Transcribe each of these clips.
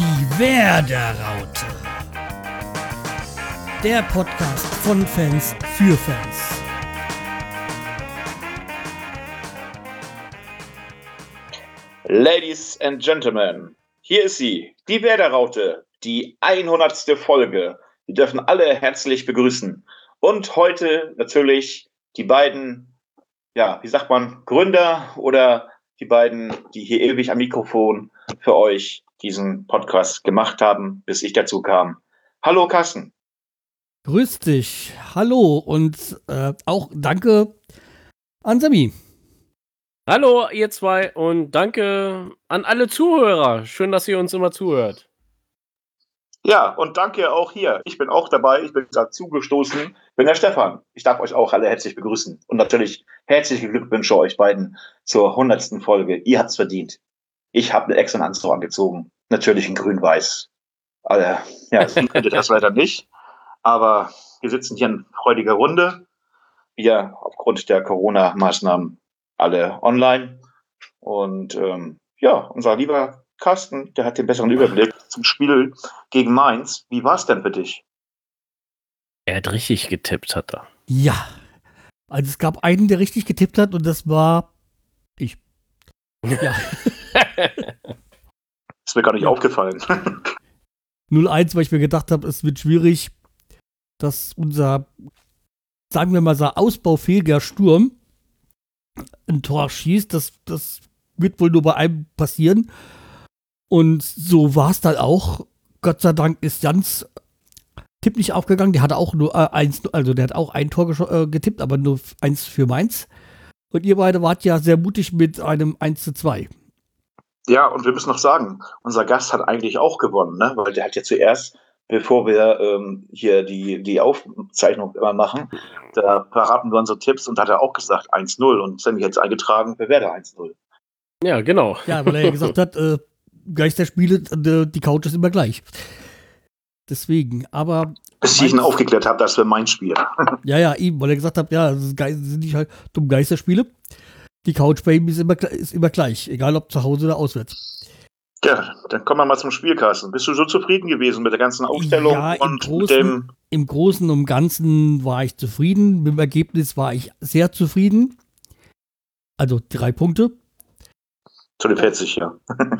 Die Werderaute. Der Podcast von Fans für Fans. Ladies and Gentlemen, hier ist sie, die Werderaute, die 100. Folge. Wir dürfen alle herzlich begrüßen. Und heute natürlich die beiden, Gründer oder die beiden, die hier ewig am Mikrofon für euch diesen Podcast gemacht haben, bis ich dazu kam. Hallo Carsten. Grüß dich, hallo und auch danke an Sami. Hallo ihr zwei und danke an alle Zuhörer. Schön, dass ihr uns immer zuhört. Ja, und danke auch hier. Ich bin auch dabei, ich bin dazugestoßen, bin der Stefan. Ich darf euch auch alle herzlich begrüßen und natürlich herzliche Glückwünsche euch beiden zur 100. Folge. Ihr habt's verdient. Ich habe einen extra Anzug angezogen, natürlich in grün-weiß. Sehen könnt ihr das leider nicht, aber wir sitzen hier in freudiger Runde. Wir aufgrund der Corona-Maßnahmen alle online und unser lieber Carsten, der hat den besseren Überblick zum Spiel gegen Mainz. Wie war es denn für dich? Er hat richtig getippt, hat er. Ja, also es gab einen, der richtig getippt hat und das war ich. Ja. Ist mir gar nicht aufgefallen. 0-1, weil ich mir gedacht habe, es wird schwierig, dass unser, sagen wir mal, so ausbaufähiger Sturm ein Tor schießt. Das wird wohl nur bei einem passieren. Und so war es dann auch. Gott sei Dank ist Jans Tipp nicht aufgegangen. Der hatte auch nur der hat auch ein Tor getippt, aber nur 1 für Mainz. Und ihr beide wart ja sehr mutig mit einem 1:2. Ja, und wir müssen noch sagen, unser Gast hat eigentlich auch gewonnen, ne? Weil der hat ja zuerst, bevor wir hier die Aufzeichnung immer machen, da verraten wir unsere Tipps und da hat er auch gesagt 1:0 und Sammy hat es eingetragen, wer wäre 1:0? Ja, genau. Ja, weil er ja gesagt hat, Geisterspiele, die Couch ist immer gleich. Deswegen, aber... Bis ich ihn aufgeklärt habe, das wäre mein Spiel. Ja, eben, weil er gesagt hat, ja, das sind nicht halt dumme Geisterspiele. Die Couch bei ihm ist immer gleich, egal ob zu Hause oder auswärts. Ja, dann kommen wir mal zum Spiel, Carsten. Bist du so zufrieden gewesen mit der ganzen Aufstellung? Ja, und im Großen und Ganzen war ich zufrieden. Mit dem Ergebnis war ich sehr zufrieden. Also 3 Punkte. Zu den 40, ja.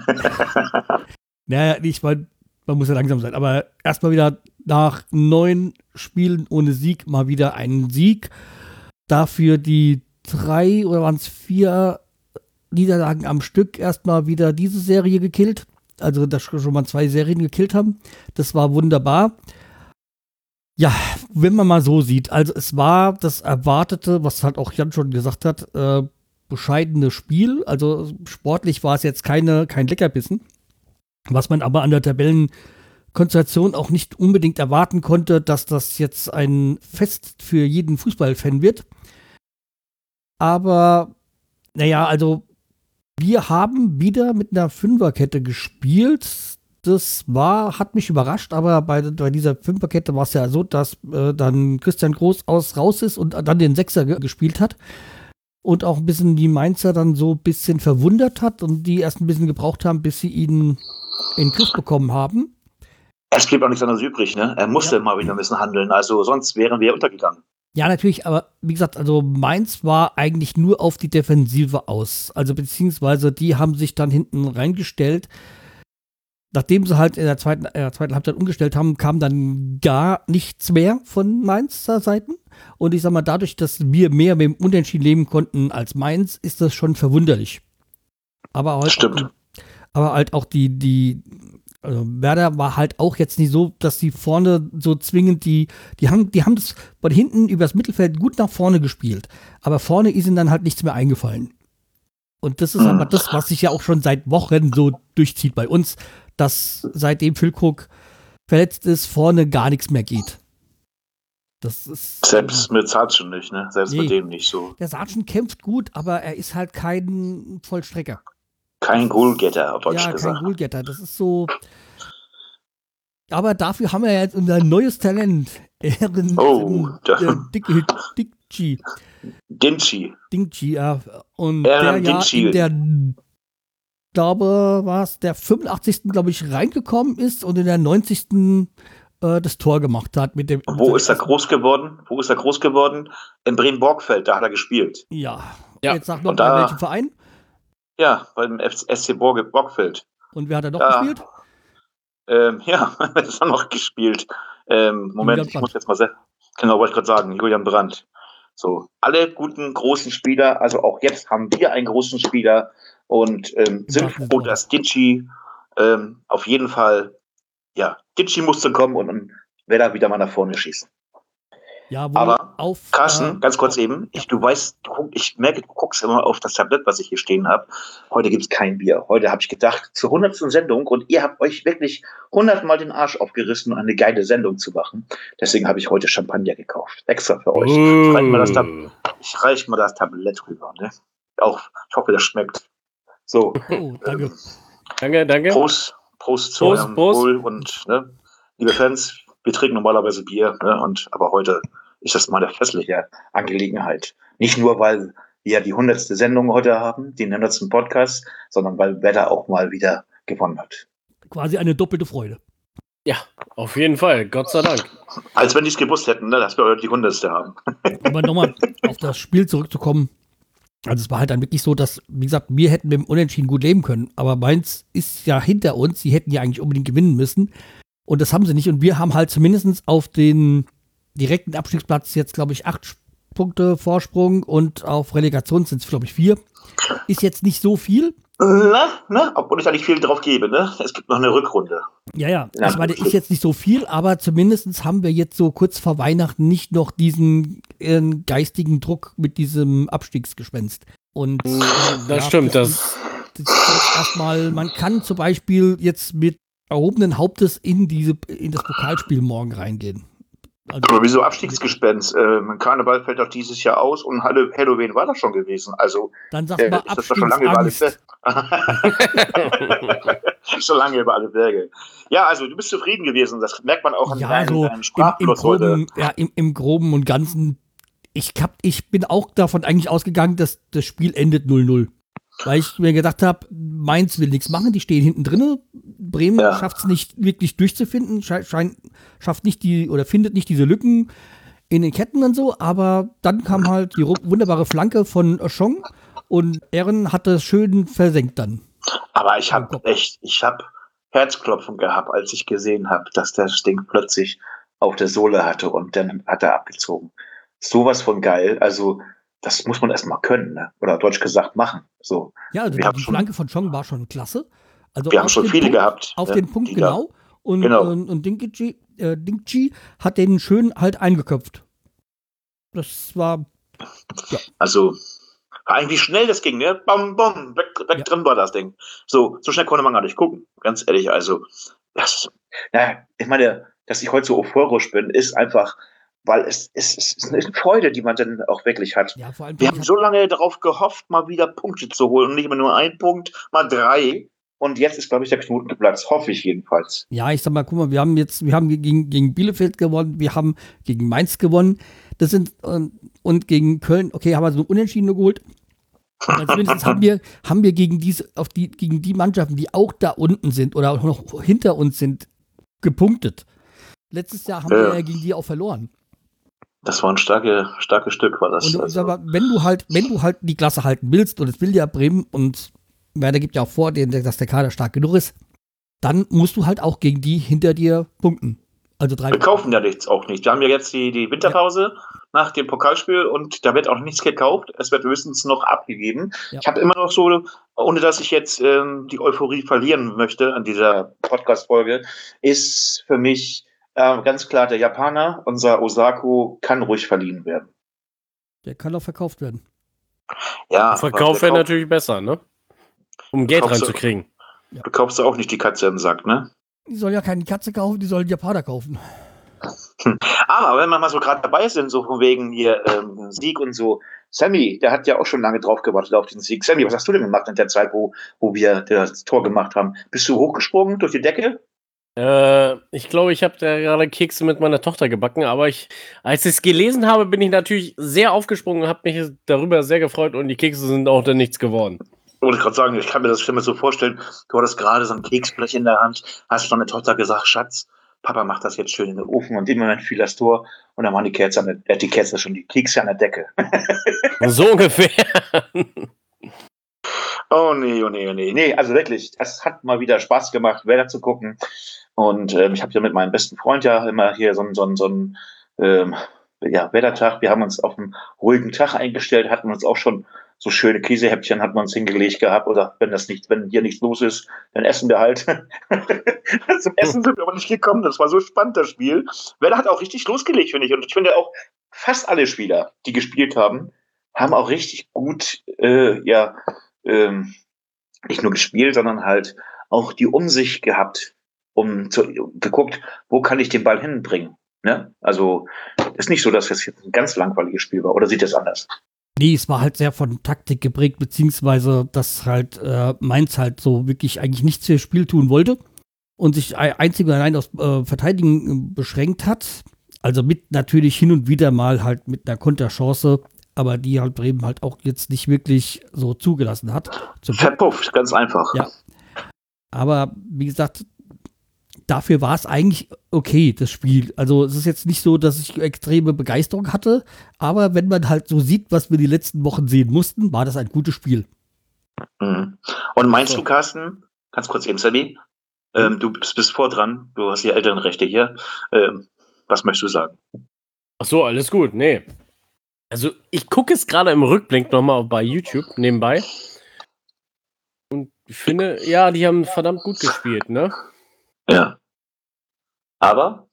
Naja, man muss ja langsam sein. Aber erstmal wieder nach 9 Spielen ohne Sieg mal wieder einen Sieg. Dafür die 3 oder waren es 4 Niederlagen am Stück erstmal wieder diese Serie gekillt. Also, dass schon mal 2 Serien gekillt haben. Das war wunderbar. Ja, wenn man mal so sieht. Also, es war das Erwartete, was halt auch Jan schon gesagt hat, bescheidene Spiel. Also, sportlich war es jetzt kein Leckerbissen. Was man aber an der Tabellenkonstellation auch nicht unbedingt erwarten konnte, dass das jetzt ein Fest für jeden Fußballfan wird. Aber, naja, also wir haben wieder mit einer Fünferkette gespielt. Das hat mich überrascht, aber bei dieser Fünferkette war es ja so, dass dann Christian Groß raus ist und dann den Sechser gespielt hat. Und auch ein bisschen die Mainzer dann so ein bisschen verwundert hat und die erst ein bisschen gebraucht haben, bis sie ihn in den Griff bekommen haben. Es blieb auch nichts anderes übrig, ne? Er musste mal wieder ein bisschen handeln, also sonst wären wir untergegangen. Ja, natürlich, aber wie gesagt, also Mainz war eigentlich nur auf die Defensive aus. Also beziehungsweise die haben sich dann hinten reingestellt. Nachdem sie halt in der zweiten Halbzeit umgestellt haben, kam dann gar nichts mehr von Mainzer Seiten. Und ich sag mal, dadurch, dass wir mehr mit dem Unentschieden leben konnten als Mainz, ist das schon verwunderlich. Aber halt stimmt. Aber halt auch also Werder war halt auch jetzt nicht so, dass sie vorne so zwingend die haben das von hinten übers Mittelfeld gut nach vorne gespielt. Aber vorne ist ihnen dann halt nichts mehr eingefallen. Und das ist aber das, was sich ja auch schon seit Wochen so durchzieht bei uns, dass seitdem Füllkrug verletzt ist, vorne gar nichts mehr geht. Das ist selbst mit Sargent nicht, ne? Selbst mit dem nicht so. Der Sargent kämpft gut, aber er ist halt kein Vollstrecker. Kein Goalgetter, auf Deutsch gesagt. Ja, kein Goalgetter. Das ist so. Aber dafür haben wir jetzt unser neues Talent. Dingchi, ja. Und der ja in der glaube, war es der 85. glaube ich, reingekommen ist und in der 90. Das Tor gemacht hat. Wo ist er groß geworden? In Bremen-Borgfeld, da hat er gespielt. Ja. Ja. Jetzt sag noch bei welchem Verein? Ja, beim SC Borgfeld. Und wer hat er noch Da- gespielt? Ja, das ist er noch gespielt. Moment, Julian ich muss jetzt mal genau, wollte ich gerade sagen, Julian Brandt. So, alle guten, großen Spieler, also auch jetzt haben wir einen großen Spieler und sind froh, dass Ditschi auf jeden Fall, ja, Ditschi musste kommen und Werder wieder mal nach vorne schießen. Ja, Aber, Carsten, ganz kurz eben, du weißt, ich merke, du guckst immer auf das Tablett, was ich hier stehen habe. Heute gibt es kein Bier. Heute habe ich gedacht, zur 100. Sendung und ihr habt euch wirklich 100-mal den Arsch aufgerissen, um eine geile Sendung zu machen. Deswegen habe ich heute Champagner gekauft. Extra für euch. Ich reiche mal das Tablett rüber. Ne? Ich hoffe, das schmeckt. So. Oh, danke. Danke. Prost zu eurem Wohl und liebe Fans, wir trinken normalerweise Bier, ne? Aber heute ist das mal eine festliche Angelegenheit. Nicht nur, weil wir die 100. Sendung heute haben, den 100. Podcast, sondern weil Werder auch mal wieder gewonnen hat. Quasi eine doppelte Freude. Ja, auf jeden Fall. Gott sei Dank. Als wenn die es gewusst hätten, ne? Dass wir heute die 100. haben. Aber nochmal auf das Spiel zurückzukommen. Also es war halt dann wirklich so, dass, wie gesagt, wir hätten mit dem Unentschieden gut leben können. Aber Mainz ist ja hinter uns. Sie hätten ja eigentlich unbedingt gewinnen müssen. Und das haben sie nicht. Und wir haben halt zumindest auf den direkten Abstiegsplatz jetzt, glaube ich, 8 Punkte Vorsprung. Und auf Relegation sind es, glaube ich, 4. Ist jetzt nicht so viel. Obwohl ich da nicht viel drauf gebe, ne? Es gibt noch eine Rückrunde. Ja. Das ist jetzt nicht so viel, aber zumindest haben wir jetzt so kurz vor Weihnachten nicht noch diesen geistigen Druck mit diesem Abstiegsgespenst. Und das stimmt. Das erstmal, man kann zum Beispiel jetzt mit erhobenen Hauptes in das Pokalspiel morgen reingehen. Also, aber wieso Abstiegsgespenst? Karneval fällt doch dieses Jahr aus und Halloween war das schon gewesen. Also, dann sagst du mal das schon lange über alle Abstiegsangst. Schon lange über alle Berge. Ja, also du bist zufrieden gewesen. Das merkt man auch an deinem Sprachfluss heute. Im Groben und Ganzen. Ich bin auch davon eigentlich ausgegangen, dass das Spiel endet 0-0. Weil ich mir gedacht habe, Mainz will nichts machen, die stehen hinten drin. Bremen schafft es nicht wirklich durchzufinden, findet nicht diese Lücken in den Ketten und so, aber dann kam halt die wunderbare Flanke von Schong und Ehren hat das schön versenkt dann. Aber ich habe Herzklopfen gehabt, als ich gesehen habe, dass das Ding plötzlich auf der Sohle hatte und dann hat er abgezogen. Sowas von geil, also das muss man erstmal können, ne? Oder deutsch gesagt machen. So. Ja, also die Flanke von Chong war schon klasse. Also wir haben schon viele gehabt. Auf den Punkt, genau. Und Dingchi hat den schön halt eingeköpft. Das war, ja. Also, war eigentlich schnell das ging, ne? Bam, bam, weg drin war das Ding. So schnell konnte man gar nicht gucken, ganz ehrlich. Also, ich meine, dass ich heute so euphorisch bin, ist einfach, weil es ist eine Freude, die man dann auch wirklich hat. Ja, vor allem wir haben so lange darauf gehofft, mal wieder Punkte zu holen und nicht immer nur 1 Punkt, mal 3. Und jetzt ist, glaube ich, der Knoten geplatzt. Hoffe ich jedenfalls. Ja, ich sag mal, guck mal, wir haben gegen Bielefeld gewonnen, wir haben gegen Mainz gewonnen. Und gegen Köln, okay, haben wir so Unentschieden geholt. Aber zumindest haben wir gegen die Mannschaften, die auch da unten sind oder auch noch hinter uns sind, gepunktet. Letztes Jahr haben wir ja gegen die auch verloren. Das war ein starkes Stück, war das. Und aber wenn du halt die Klasse halten willst, und es will ja Bremen und Werder gibt ja auch vor, dass der Kader stark genug ist, dann musst du halt auch gegen die hinter dir punkten. Also 3. Wir kaufen ja nichts auch nicht. Wir haben ja jetzt die Winterpause nach dem Pokalspiel und da wird auch nichts gekauft. Es wird höchstens noch abgegeben. Ja. Ich habe immer noch so, ohne dass ich jetzt die Euphorie verlieren möchte an dieser Podcast-Folge, ist für mich ganz klar der Japaner, unser Osako, kann ruhig verliehen werden. Der kann auch verkauft werden. Ja, Verkauf wäre natürlich besser, ne? Um Geld reinzukriegen. Du kaufst auch nicht die Katze im Sack, ne? Die soll ja keine Katze kaufen, die soll den Japaner kaufen. Aber wenn wir mal so gerade dabei sind, so von wegen hier Sieg und so, Sammy, der hat ja auch schon lange drauf gewartet auf den Sieg. Sammy, was hast du denn gemacht in der Zeit, wo wir das Tor gemacht haben? Bist du hochgesprungen durch die Decke? Ich glaube, ich habe da gerade Kekse mit meiner Tochter gebacken, aber als ich es gelesen habe, bin ich natürlich sehr aufgesprungen und habe mich darüber sehr gefreut und die Kekse sind auch dann nichts geworden. wollte gerade sagen, ich kann mir das so vorstellen, du hattest gerade so ein Keksblech in der Hand, hast deine Tochter gesagt, Schatz, Papa macht das jetzt schön in den Ofen und in dem Moment fiel das Tor und dann waren die Kerze schon, die Kekse an der Decke. So ungefähr. Oh nee, oh nee, oh nee. Nee, also wirklich, es hat mal wieder Spaß gemacht, Wetter zu gucken. Und ich habe ja mit meinem besten Freund ja immer hier so einen Wettertag. Wir haben uns auf einen ruhigen Tag eingestellt, hatten uns auch schon so schöne Käsehäppchen hatten wir uns hingelegt gehabt. Oder wenn hier nichts los ist, dann essen wir halt. Zum Essen sind wir aber nicht gekommen. Das war so spannend, das Spiel. Wetter hat auch richtig losgelegt, finde ich. Und ich finde auch, fast alle Spieler, die gespielt haben, haben auch richtig gut, nicht nur gespielt, sondern halt auch die Umsicht gehabt, geguckt, wo kann ich den Ball hinbringen. Ne? Also ist nicht so, dass das jetzt ein ganz langweiliges Spiel war. Oder sieht das anders? Nee, es war halt sehr von Taktik geprägt, beziehungsweise dass halt Mainz halt so wirklich eigentlich nichts fürs Spiel tun wollte und sich einzig und allein aufs Verteidigen beschränkt hat. Also mit natürlich hin und wieder mal halt mit einer Konterchance, aber die halt Bremen halt auch jetzt nicht wirklich so zugelassen hat. Verpufft, ganz einfach. Ja. Aber wie gesagt, dafür war es eigentlich okay, das Spiel. Also es ist jetzt nicht so, dass ich extreme Begeisterung hatte, aber wenn man halt so sieht, was wir die letzten Wochen sehen mussten, war das ein gutes Spiel. Mhm. Und meinst du, Carsten, ganz kurz eben, Sammy, du bist vor dran, du hast die Elternrechte hier. Was möchtest du sagen? Ach so, alles gut, nee. Also ich gucke es gerade im Rückblick nochmal bei YouTube nebenbei und ich finde, ja, die haben verdammt gut gespielt, ne? Ja. Aber?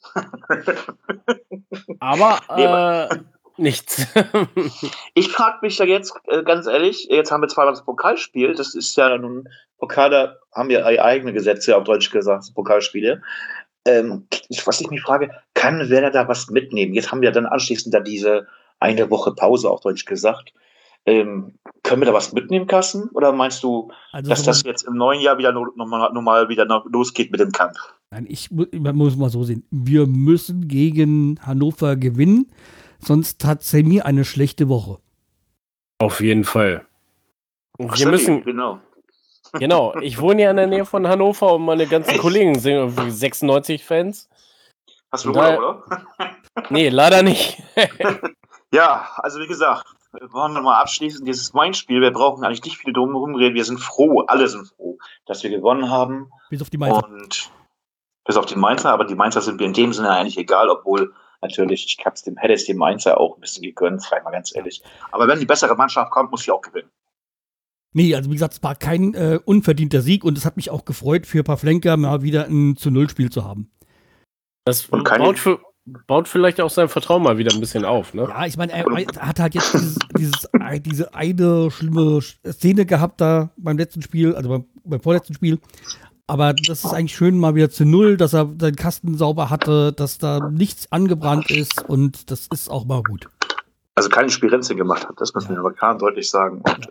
Nichts. Ich frage mich ja jetzt, ganz ehrlich, jetzt haben wir zwar das Pokalspiel, das ist ja nun, Pokale haben ja eigene Gesetze, auf Deutsch gesagt, Pokalspiele. Was ich mich frage, kann Werder da was mitnehmen? Jetzt haben wir dann anschließend da diese eine Woche Pause, auf Deutsch gesagt. Können wir da was mitnehmen, Carsten? Oder meinst du, dass das jetzt im neuen Jahr wieder normal wieder losgeht mit dem Kampf? Nein, man muss mal so sehen. Wir müssen gegen Hannover gewinnen, sonst hat Sammy eine schlechte Woche. Auf jeden Fall. Wir müssen. Genau, ich wohne ja in der Nähe von Hannover und meine ganzen Kollegen sind irgendwie 96-Fans. Hast du Urlaub, oder? Nee, leider nicht. Ja, also wie gesagt, wir wollen nochmal abschließen, dieses Main-Spiel, wir brauchen eigentlich nicht viel drum rumreden, wir sind froh, alle sind froh, dass wir gewonnen haben. Bis auf die Mainzer. Und bis auf die Mainzer, aber die Mainzer sind mir in dem Sinne eigentlich egal, obwohl natürlich, ich hätte es dem Mainzer auch ein bisschen gegönnt, sag ich mal ganz ehrlich. Aber wenn die bessere Mannschaft kommt, muss sie auch gewinnen. Nee, also wie gesagt, es war kein unverdienter Sieg und es hat mich auch gefreut, für Pavlenka mal wieder ein zu-0-Spiel zu haben. Das baut vielleicht auch sein Vertrauen mal wieder ein bisschen auf, ne? Ja, ich meine, er hat halt jetzt diese eine schlimme Szene gehabt da beim letzten Spiel, also beim vorletzten Spiel. Aber das ist eigentlich schön mal wieder zu 0, dass er seinen Kasten sauber hatte, dass da nichts angebrannt ist und das ist auch mal gut. Also keine Spirenze gemacht hat, das müssen wir aber klar und deutlich sagen. Und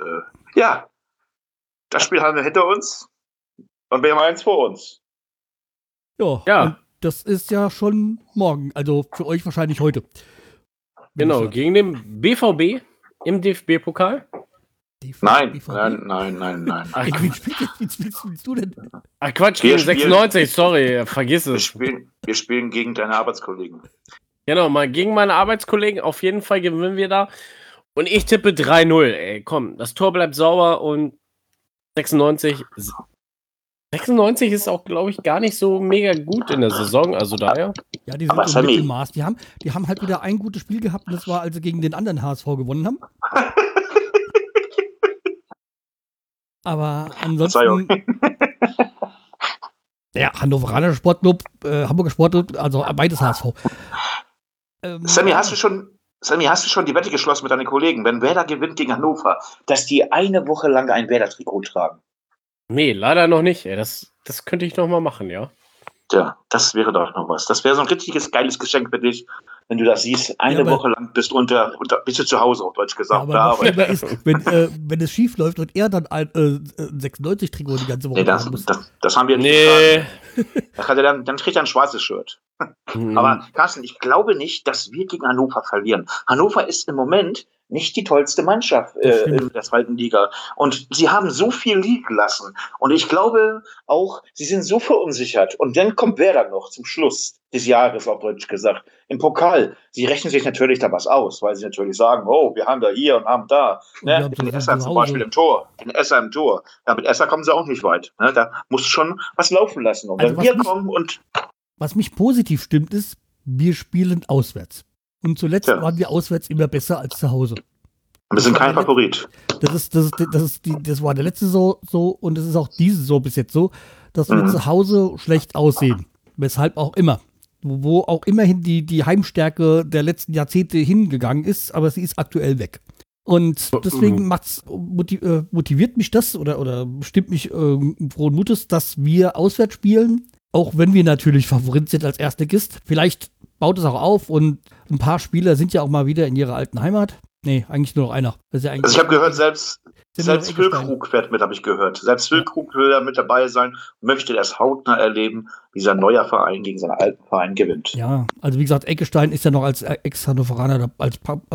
das Spiel haben wir hinter uns und wir haben eins vor uns. Ja. Und das ist ja schon morgen, also für euch wahrscheinlich heute. Genau, gegen den BVB im DFB-Pokal. Nein. Ach, wie spielst du denn? Ach Quatsch, gegen 96, sorry, vergiss es. Wir spielen gegen deine Arbeitskollegen. Genau, mal gegen meine Arbeitskollegen, auf jeden Fall gewinnen wir da. Und ich tippe 3-0, ey, komm, das Tor bleibt sauber und 96 ist auch, glaube ich, gar nicht so mega gut in der Saison, also daher. Ja, die sind im Mittelmaß. Die haben halt wieder ein gutes Spiel gehabt und das war, als sie gegen den anderen HSV gewonnen haben. Aber ansonsten. Ja, Hannoveraner Sportclub, Hamburger Sportclub, also beides HSV. Sammy, hast du schon die Wette geschlossen mit deinen Kollegen, wenn Werder gewinnt gegen Hannover, dass die eine Woche lang ein Werder-Trikot tragen? Nee, leider noch nicht. Ey. Das könnte ich noch mal machen, ja. Ja, das wäre doch noch was. Das wäre so ein richtiges geiles Geschenk für dich, wenn du das siehst. Eine Woche lang bist du zu Hause, auf Deutsch gesagt. Ja, aber ist, wenn es schief läuft und er dann ein 96-Trikot die ganze Woche haben muss. Das haben wir nicht getan. Dann kriegt er ein schwarzes Shirt. Aber Carsten, ich glaube nicht, dass wir gegen Hannover verlieren. Hannover ist im Moment nicht die tollste Mannschaft in der zweiten Liga. Und sie haben so viel liegen lassen. Und ich glaube auch, sie sind so verunsichert. Und dann kommt Werder noch zum Schluss des Jahres, auf Deutsch gesagt, im Pokal. Sie rechnen sich natürlich da was aus, weil sie natürlich sagen, oh, wir haben da hier und haben da. Ne? Den Esser zum Beispiel im Tor. Den Esser im Tor. Ja, mit Esser kommen sie auch nicht weit. Ne? Da muss schon was laufen lassen. Und Also wenn wir kommen und... Was mich positiv stimmt, ist, wir spielen auswärts. Und zuletzt waren wir auswärts immer besser als zu Hause. Wir sind kein Favorit. Das war der letzte Saison so und es ist auch diese Saison bis jetzt so, dass wir zu Hause schlecht aussehen. Weshalb auch immer. Wo auch immerhin die Heimstärke der letzten Jahrzehnte hingegangen ist, aber sie ist aktuell weg. Und deswegen motiviert mich das oder stimmt mich frohen Mutes, dass wir auswärts spielen, auch wenn wir natürlich Favorit sind als Erstligist. Vielleicht baut es auch auf und ein paar Spieler sind ja auch mal wieder in ihrer alten Heimat. Nee, eigentlich nur noch einer. Das ist ja also ich habe gehört, selbst Füllkrug fährt mit, habe ich gehört. Selbst Füllkrug will da mit dabei sein, möchte das hautnah erleben, wie sein neuer Verein gegen seinen alten Verein gewinnt. Ja, also wie gesagt, Eggestein ist ja noch als Ex-Hannoveraner, als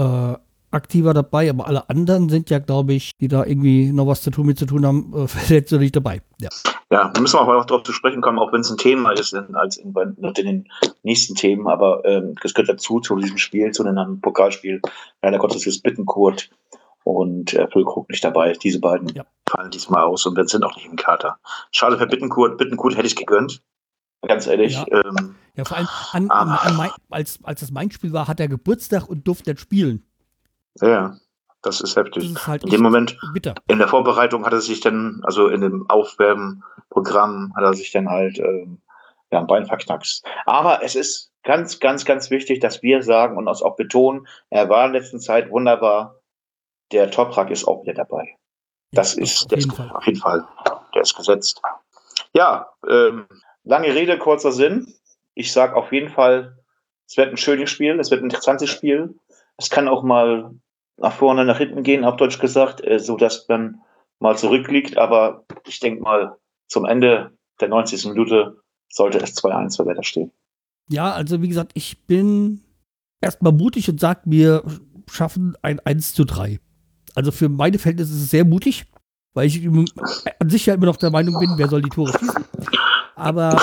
aktiver dabei, aber alle anderen sind ja, glaube ich, die da irgendwie noch was mit zu tun haben, jetzt noch nicht dabei. Ja, da müssen wir auch darauf zu sprechen kommen, auch wenn es ein Thema ist in den nächsten Themen, aber es gehört dazu, zu diesem Spiel, zu einem Pokalspiel. Leider Gottes ist Bittencourt und Füllkrug nicht dabei. Diese beiden fallen diesmal aus und sind auch nicht im Kader. Schade für Bittencourt. Bittencourt hätte ich gegönnt. Ganz ehrlich. Ja, vor allem als das Mainz-Spiel war, hat er Geburtstag und durfte nicht spielen. Ja, das ist heftig. Das ist halt in dem Moment, bitter. In der Vorbereitung hat er sich dann, also in dem Aufwärmprogramm, hat er sich dann halt ein Bein verknackst. Aber es ist ganz, ganz, ganz wichtig, dass wir sagen und uns auch betonen, er war in letzter Zeit wunderbar. Der Toprak ist auch wieder dabei. Das ist auf jeden Fall. Der ist gesetzt. Ja, lange Rede, kurzer Sinn. Ich sage auf jeden Fall, es wird ein schönes Spiel, es wird ein interessantes Spiel. Es kann auch mal nach vorne, nach hinten gehen, auf Deutsch gesagt, so dass man mal zurückliegt. Aber ich denke mal, zum Ende der 90. Minute sollte es 2-1 für Werder stehen. Ja, also wie gesagt, ich bin erstmal mutig und sage, wir schaffen ein 1:3. Also für meine Verhältnisse ist es sehr mutig, weil ich an sich ja immer noch der Meinung bin, wer soll die Tore schießen. Aber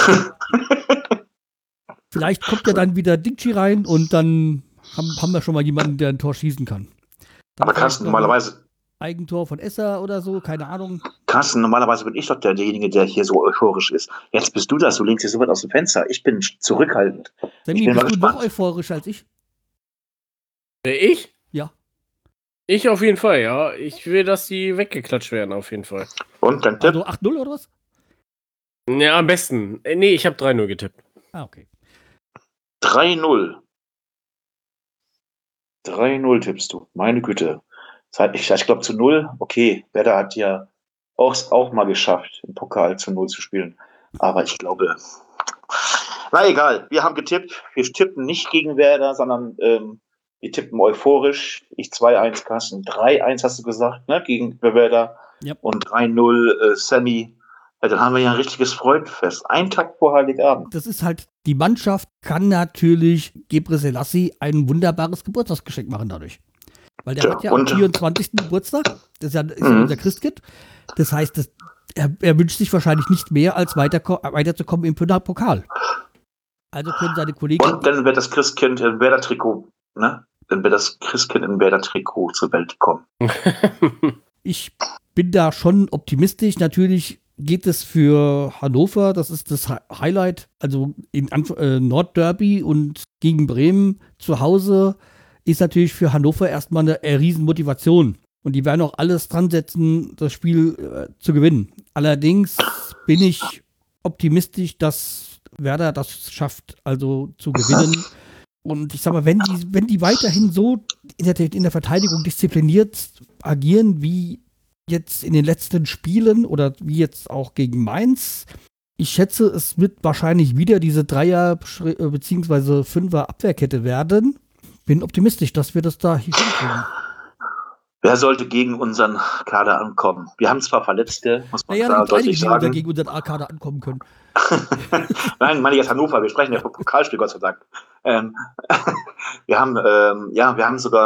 vielleicht kommt ja dann wieder Dingchi rein und dann haben wir schon mal jemanden, der ein Tor schießen kann. Dann aber Carsten, normalerweise... Eigentor von Esser oder so, keine Ahnung. Carsten, normalerweise bin ich doch derjenige, der hier so euphorisch ist. Jetzt bist du das, du lehnst dich so weit aus dem Fenster. Ich bin zurückhaltend. Sammy, bist du noch euphorischer als ich? Ich? Ja. Ich auf jeden Fall, ja. Ich will, dass die weggeklatscht werden, auf jeden Fall. Und dein Tipp? Also 8-0 oder was? Ja, am besten. Nee, ich habe 3-0 getippt. Ah, okay. 3-0. 3-0 tippst du. Meine Güte. Ich glaube zu 0. Okay, Werder hat ja auch mal geschafft, im Pokal zu 0 zu spielen. Aber ich glaube, na egal. Wir haben getippt. Wir tippen nicht gegen Werder, sondern wir tippen euphorisch. Ich 2-1, Carsten. 3-1 hast du gesagt, ne? Gegen Werder. Yep. Und 3-0 Sammy. Ja, dann haben wir ja ein richtiges Freudenfest. Einen Tag vor Heiligabend. Das ist halt, die Mannschaft kann natürlich Gebre Selassie ein wunderbares Geburtstagsgeschenk machen dadurch. Weil der hat ja am 24. Geburtstag. Das ist ja unser Christkind. Das heißt, er wünscht sich wahrscheinlich nicht mehr, als weiterzukommen im Pokal. Also können seine Kollegen... Und dann wird das Christkind im Werder-Trikot, ne? Dann wird das Christkind im Werder-Trikot zur Welt kommen. Ich bin da schon optimistisch. Natürlich geht es für Hannover, das ist das Highlight, also in Nordderby und gegen Bremen zu Hause ist natürlich für Hannover erstmal eine Riesenmotivation. Und die werden auch alles dran setzen, das Spiel zu gewinnen. Allerdings bin ich optimistisch, dass Werder das schafft, also zu gewinnen. Und ich sag mal, wenn die weiterhin so in der Verteidigung diszipliniert agieren, wie jetzt in den letzten Spielen oder wie jetzt auch gegen Mainz, ich schätze, es wird wahrscheinlich wieder diese 3er- bzw. 5er Abwehrkette werden. Bin optimistisch, dass wir das da hinkriegen. Wer sollte gegen unseren Kader ankommen? Wir haben zwar Verletzte, muss man da deutlich sagen. Die gegen unseren Kader ankommen können. Nein, meine ich jetzt Hannover. Wir sprechen ja vom Pokalspiel, Gott sei Dank. Wir haben sogar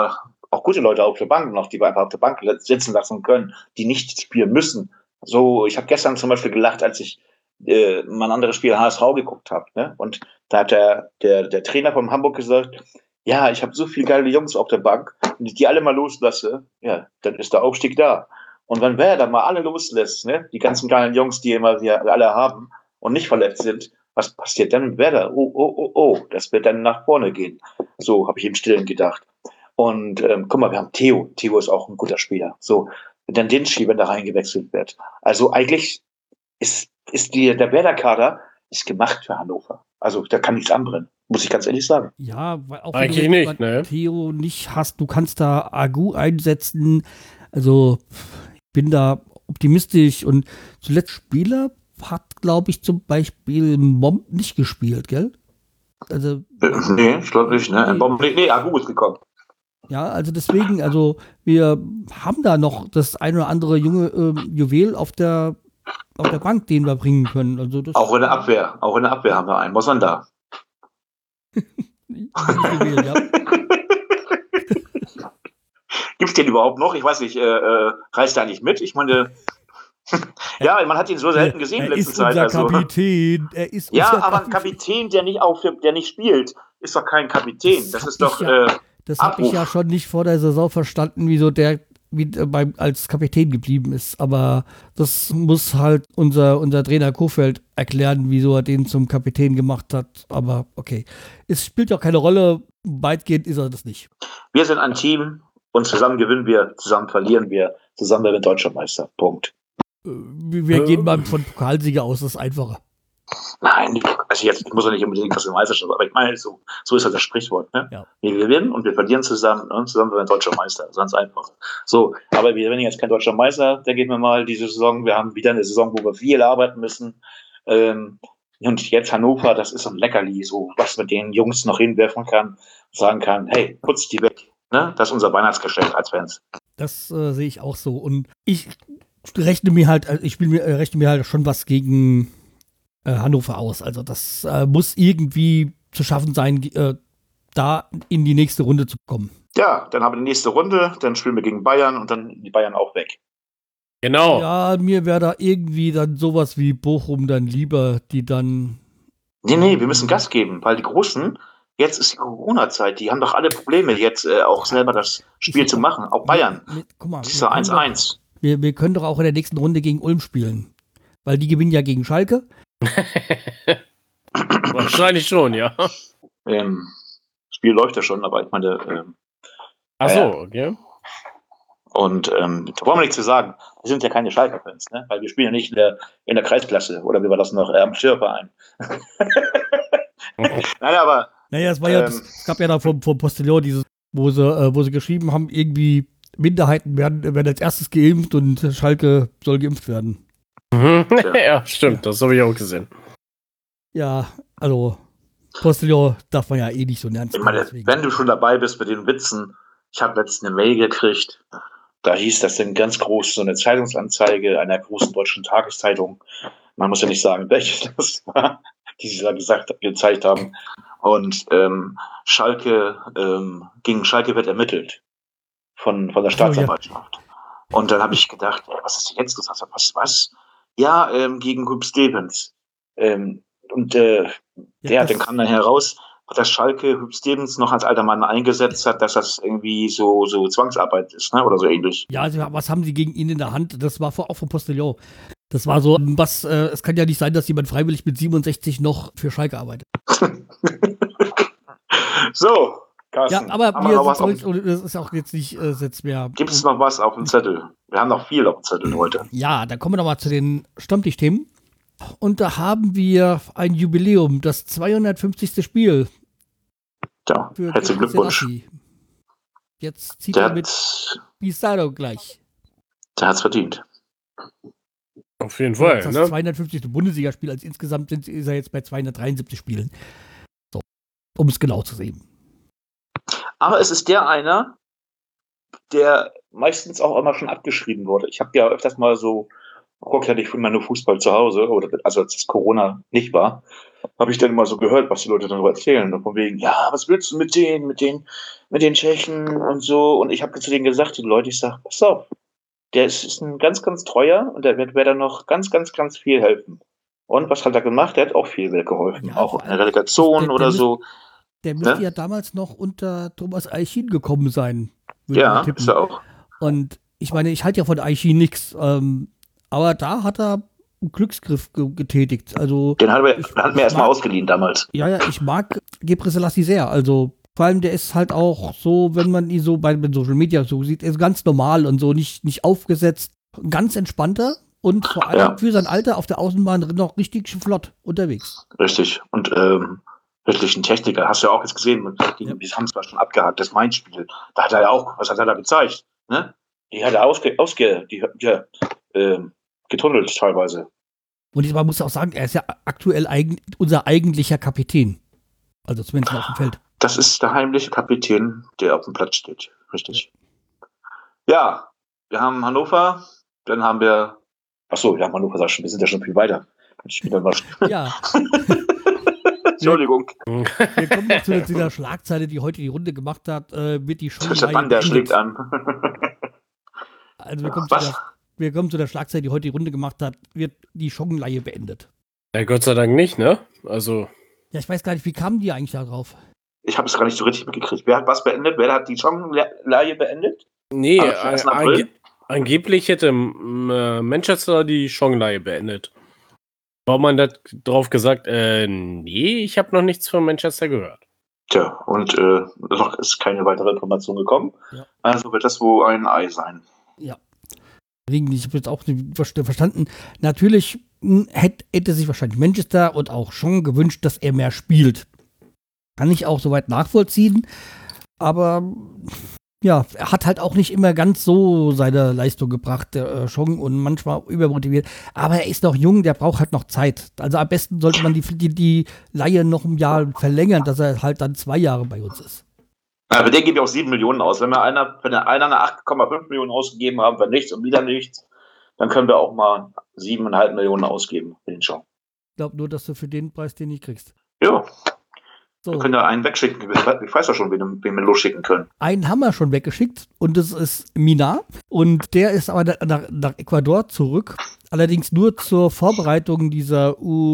auch gute Leute auf der Bank noch, die wir einfach auf der Bank sitzen lassen können, die nicht spielen müssen. So, ich habe gestern zum Beispiel gelacht, als ich mal ein anderes Spiel HSV geguckt habe. Ne? Und da hat der Trainer von Hamburg gesagt, ja, ich habe so viele geile Jungs auf der Bank, und ich die alle mal loslasse, ja, dann ist der Aufstieg da. Und wenn wer da mal alle loslässt, ne, die ganzen geilen Jungs, die immer wir alle haben und nicht verletzt sind, was passiert dann mit Werder? Oh, das wird dann nach vorne gehen. So habe ich im Stillen gedacht. Und guck mal, wir haben Theo. Theo ist auch ein guter Spieler. So, wenn dann Dinschi, wenn da reingewechselt wird. Also eigentlich ist der Werder-Kader ist gemacht für Hannover. Also da kann nichts anbrennen, muss ich ganz ehrlich sagen. Ja, weil auch Eigentlich wenn du nicht, ne? Theo nicht hast, du kannst da Agu einsetzen. Also ich bin da optimistisch und zuletzt Spieler hat, glaube ich, zum Beispiel Mom nicht gespielt, gell? Also, Nee, ich glaube nicht, ne? Nee, Agu ist gekommen. ja, also deswegen, also wir haben da noch das ein oder andere junge Juwel auf der Bank, den wir bringen können. Also das Auch in der Abwehr haben wir einen. Was dann da? Juwel, ja. Gibt's den überhaupt noch? Ich weiß nicht, reist er nicht mit? Ich meine, ja, man hat ihn so selten gesehen in letzter Zeit. Er ist unser Kapitän. Er ist ja, unser aber ein Kapitän, der nicht spielt, ist doch kein Kapitän. Das ist doch das habe ich ja schon nicht vor der Saison verstanden, wieso der als Kapitän geblieben ist. Aber das muss halt unser Trainer Kofeld erklären, wieso er den zum Kapitän gemacht hat. Aber okay, es spielt ja auch keine Rolle. Weitgehend ist er das nicht. Wir sind ein Team und zusammen gewinnen wir, zusammen verlieren wir, zusammen werden wir Deutscher Meister. Punkt. Wir gehen mal von Pokalsieger aus, das ist einfacher. Nein, also jetzt muss er nicht unbedingt aus der Meisterschaft, aber ich meine, so ist halt das Sprichwort. Ne? Ja. Wir gewinnen und wir verlieren zusammen und zusammen werden wir Deutscher Meister. Ganz einfach. So, aber wir werden jetzt kein Deutscher Meister, da gehen wir mal diese Saison. Wir haben wieder eine Saison, wo wir viel arbeiten müssen. Und jetzt Hannover, das ist so ein Leckerli, so was mit den Jungs noch hinwerfen kann, sagen kann, hey, putz die weg. Ne? Das ist unser Weihnachtsgeschenk als Fans. Das sehe ich auch so. Und ich rechne mir halt schon was gegen Hannover aus. Also das muss irgendwie zu schaffen sein, da in die nächste Runde zu kommen. Ja, dann haben wir die nächste Runde, dann spielen wir gegen Bayern und dann die Bayern auch weg. Genau. Ja, mir wäre da irgendwie dann sowas wie Bochum dann lieber, die dann... Nee, wir müssen Gas geben, weil die Großen, jetzt ist die Corona-Zeit, die haben doch alle Probleme, jetzt auch selber das Spiel zu machen. Auch Bayern. Guck mal, das ist ja 1-1. Wir können doch auch in der nächsten Runde gegen Ulm spielen. Weil die gewinnen ja gegen Schalke. Wahrscheinlich schon, ja. Spiel läuft ja schon, aber ich meine. Ach so, okay. Und da wollen wir nichts zu sagen. Wir sind ja keine Schalke-Fans, ne? Weil wir spielen ja nicht in der Kreisklasse oder wie war das noch am Schirrverein. Nein, aber. Naja, es war es gab ja da vom Postillon dieses, wo sie geschrieben haben, irgendwie Minderheiten werden als erstes geimpft und Schalke soll geimpft werden. Ja, stimmt, das habe ich auch gesehen. Ja, also Postillon darf man ja eh nicht so ernst nehmen. Ich meine, wenn du schon dabei bist mit den Witzen, ich habe letztens eine Mail gekriegt, da hieß das dann ganz groß, so eine Zeitungsanzeige einer großen deutschen Tageszeitung. Man muss ja nicht sagen, welche das war, die sie da gezeigt haben. Und Schalke, gegen Schalke wird ermittelt von der Staatsanwaltschaft. Ja. Und dann habe ich gedacht, was ist jetzt los? Was? Ja, gegen Hüb Stevens. Dann kam dann heraus, dass Schalke Hüb Stevens noch als alter Mann eingesetzt hat, dass das irgendwie so Zwangsarbeit ist, ne? Oder so ähnlich. Ja, also was haben sie gegen ihn in der Hand? Das war auch vom Postillon. Das war so, es kann ja nicht sein, dass jemand freiwillig mit 67 noch für Schalke arbeitet. So, Carsten. Ja, aber das ist auch jetzt nicht mehr. Gibt es noch was auf dem Zettel? Wir haben noch viel auf dem Zettel heute. Ja, dann kommen wir noch mal zu den Stammtischthemen. Und da haben wir ein Jubiläum, das 250. Spiel. Ja, herzlichen Glückwunsch. Jetzt zieht er mit Pizarro gleich. Der hat's verdient. Auf jeden Fall. Das 250. Bundesligaspiel, als insgesamt ist er jetzt bei 273 Spielen. So, um es genau zu sehen. Aber es ist einer, der meistens auch immer schon abgeschrieben wurde. Ich habe ja öfters mal so guck ja nicht immer nur Fußball zu Hause, oder also als das Corona nicht war, habe ich dann immer so gehört, was die Leute darüber erzählen. Und von wegen, ja, was willst du mit den Tschechen und so. Und ich habe zu denen gesagt, die Leute, ich sage, pass auf, der ist ein ganz, ganz treuer und der wird dann noch ganz, ganz, ganz viel helfen. Und was hat er gemacht? Der hat auch viel geholfen. Ja, auch in der Relegation oder so. Der müsste ja damals noch unter Thomas Eichin gekommen sein. Ja, ist er auch. Und ich meine, ich halte ja von Eichin nichts. Aber da hat er einen Glücksgriff getätigt. Also, den hat mir erstmal ausgeliehen damals. Ja, ich mag Gebre Selassie sehr. Also vor allem, der ist halt auch so, wenn man ihn so bei Social Media so sieht, er ist ganz normal und so, nicht aufgesetzt. Ganz entspannter und vor allem für sein Alter auf der Außenbahn noch richtig flott unterwegs. Richtig. Und wirklich ein Techniker. Hast du ja auch jetzt gesehen, wir haben es zwar schon abgehakt, das Mainz-Spiel. Da hat er ja auch, was hat er da gezeigt? Ne? Die hat er getunnelt teilweise. Und man muss auch sagen, er ist ja aktuell unser eigentlicher Kapitän. Also zumindest auf dem Feld. Das ist der heimliche Kapitän, der auf dem Platz steht. Richtig. Ja, wir haben Hannover, dann haben wir. Achso, ja, Hannover, wir sind ja schon viel weiter. Ja. Entschuldigung. Wir kommen noch zu dieser Schlagzeile, die heute die Runde gemacht hat, wird die schon. Der Mann, der schlägt an. Also wir kommen zu der Schlagzeile, die heute die Runde gemacht hat, wird die Schongenleihe beendet. Ja, Gott sei Dank nicht, ne? Also. Ja, ich weiß gar nicht, wie kamen die eigentlich da drauf? Ich habe es gar nicht so richtig mitgekriegt. Wer hat was beendet? Wer hat die Schongenleihe beendet? Nee, angeblich hätte Manchester die Schongenleihe beendet. Baumann hat drauf gesagt, nee, ich habe noch nichts von Manchester gehört. Tja, und noch ist keine weitere Information gekommen. Ja. Also wird das wohl ein Ei sein. Ja. Deswegen, ich habe jetzt auch nicht verstanden. Natürlich hätte sich wahrscheinlich Manchester und auch schon gewünscht, dass er mehr spielt. Kann ich auch soweit nachvollziehen. Aber ja, er hat halt auch nicht immer ganz so seine Leistung gebracht, der Schong, und manchmal übermotiviert. Aber er ist noch jung, der braucht halt noch Zeit. Also am besten sollte man die Leihe noch ein Jahr verlängern, dass er halt dann 2 Jahre bei uns ist. Ja, für den geben wir auch 7 Millionen aus. Wenn einer eine 8,5 Millionen ausgegeben haben, für nichts und wieder nichts, dann können wir auch mal 7,5 Millionen ausgeben für den Schong. Ich glaube nur, dass du für den Preis den nicht kriegst. Ja. So. Wir können ja einen wegschicken. Ich weiß ja schon, wen wir losschicken können. Einen haben wir schon weggeschickt und das ist Mina. Und der ist aber nach Ecuador zurück. Allerdings nur zur Vorbereitung dieser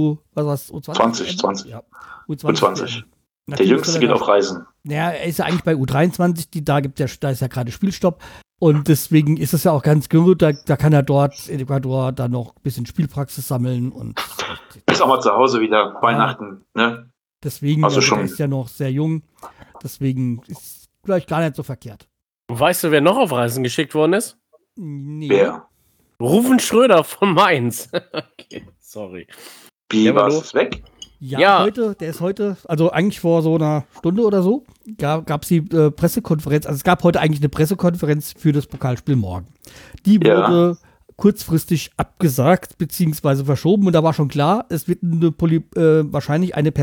U20? 20. Ja, U20. Der Jüngste geht auf Reisen. Ja, er ist ja eigentlich bei U23. Da ist ja gerade Spielstopp. Und deswegen ist es ja auch ganz gut, da kann er dort in Ecuador dann noch ein bisschen Spielpraxis sammeln. Und ist auch mal zu Hause wieder, Weihnachten, ne? Deswegen, also er ist ja noch sehr jung. Deswegen ist es vielleicht gar nicht so verkehrt. Weißt du, wer noch auf Reisen geschickt worden ist? Nee. Wer? Rufen Schröder von Mainz. Okay, sorry. Wie, war es weg? Ja, der ist heute, also eigentlich vor so einer Stunde oder so, gab es die Pressekonferenz. Also es gab heute eigentlich eine Pressekonferenz für das Pokalspiel morgen. Die wurde kurzfristig abgesagt bzw. verschoben und da war schon klar, es wird wahrscheinlich eine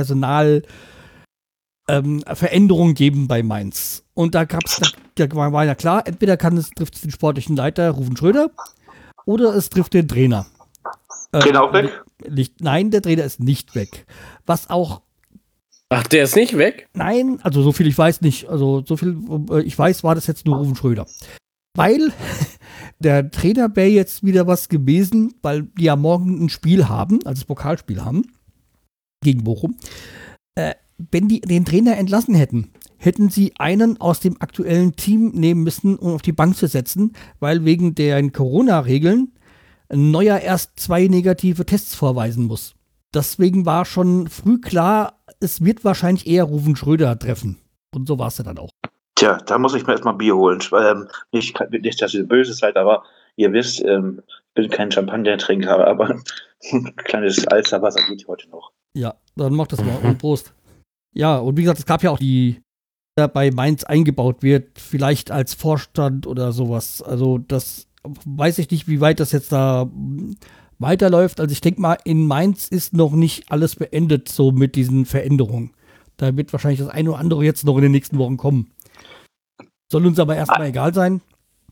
Personalveränderung geben bei Mainz. Und da war ja klar, entweder trifft es den sportlichen Leiter Rufen Schröder oder es trifft den Trainer. Trainer auch weg? Nein, der Trainer ist nicht weg. Was auch. Ach, der ist nicht weg? Nein, also so viel ich weiß nicht. Also so viel ich weiß, war das jetzt nur Rufen Schröder. Weil der Trainer wäre jetzt wieder was gewesen, weil die ja morgen ein Spiel haben, also das Pokalspiel haben, gegen Bochum. Wenn die den Trainer entlassen hätten sie einen aus dem aktuellen Team nehmen müssen, um auf die Bank zu setzen, weil wegen der Corona-Regeln ein Neuer erst 2 negative Tests vorweisen muss. Deswegen war schon früh klar, es wird wahrscheinlich eher Rufen Schröder treffen. Und so war es ja dann auch. Tja, da muss ich mir erstmal Bier holen. Nicht, dass ihr böse seid, aber ihr wisst, ich bin kein Champagner-Trinker, aber ein kleines Alsterwasser geht heute noch. Ja, dann mach das mal. Und Prost. Ja, und wie gesagt, es gab ja auch die bei Mainz eingebaut wird, vielleicht als Vorstand oder sowas. Also das weiß ich nicht, wie weit das jetzt da weiterläuft. Also ich denke mal, in Mainz ist noch nicht alles beendet, so mit diesen Veränderungen. Da wird wahrscheinlich das eine oder andere jetzt noch in den nächsten Wochen kommen. Soll uns aber erstmal egal sein.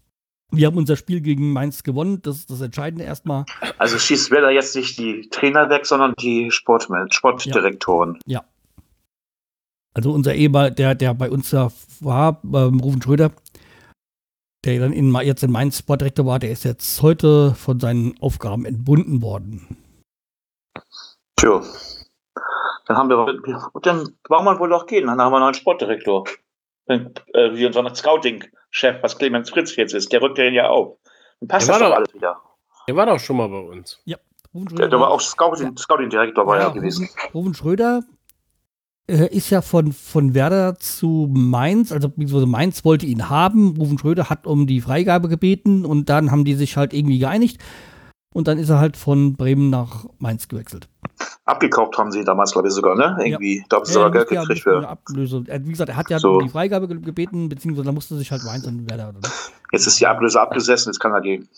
Wir haben unser Spiel gegen Mainz gewonnen, das ist das Entscheidende erstmal. Also schießt Werder jetzt nicht die Trainer weg, sondern die Sportdirektoren. Ja. Also unser Ehemann, der bei uns da war, Rufen Schröder, der dann jetzt in Mainz Sportdirektor war, der ist jetzt heute von seinen Aufgaben entbunden worden. Tja. Dann braucht man wohl auch gehen. Dann haben wir noch einen Sportdirektor. Wie unser Scouting-Chef, was Clemens Fritz jetzt ist, der rückt den ja auf. Dann passt das doch alles wieder. Der war doch schon mal bei uns. Ja. Der war auch Scouting-Direktor war ja gewesen. Rufen Schröder ist ja von Werder zu Mainz, also Mainz wollte ihn haben. Rufen Schröder hat um die Freigabe gebeten und dann haben die sich halt irgendwie geeinigt. Und dann ist er halt von Bremen nach Mainz gewechselt. Abgekauft haben sie damals, glaube ich, sogar, ne? Irgendwie, da haben sie sogar Geld gekriegt für. Ablöse. Wie gesagt, er hat ja um die Freigabe gebeten, beziehungsweise da musste sich halt Mainz und Werder. Oder? Jetzt ist die Ablöse abgesessen, jetzt kann er gehen.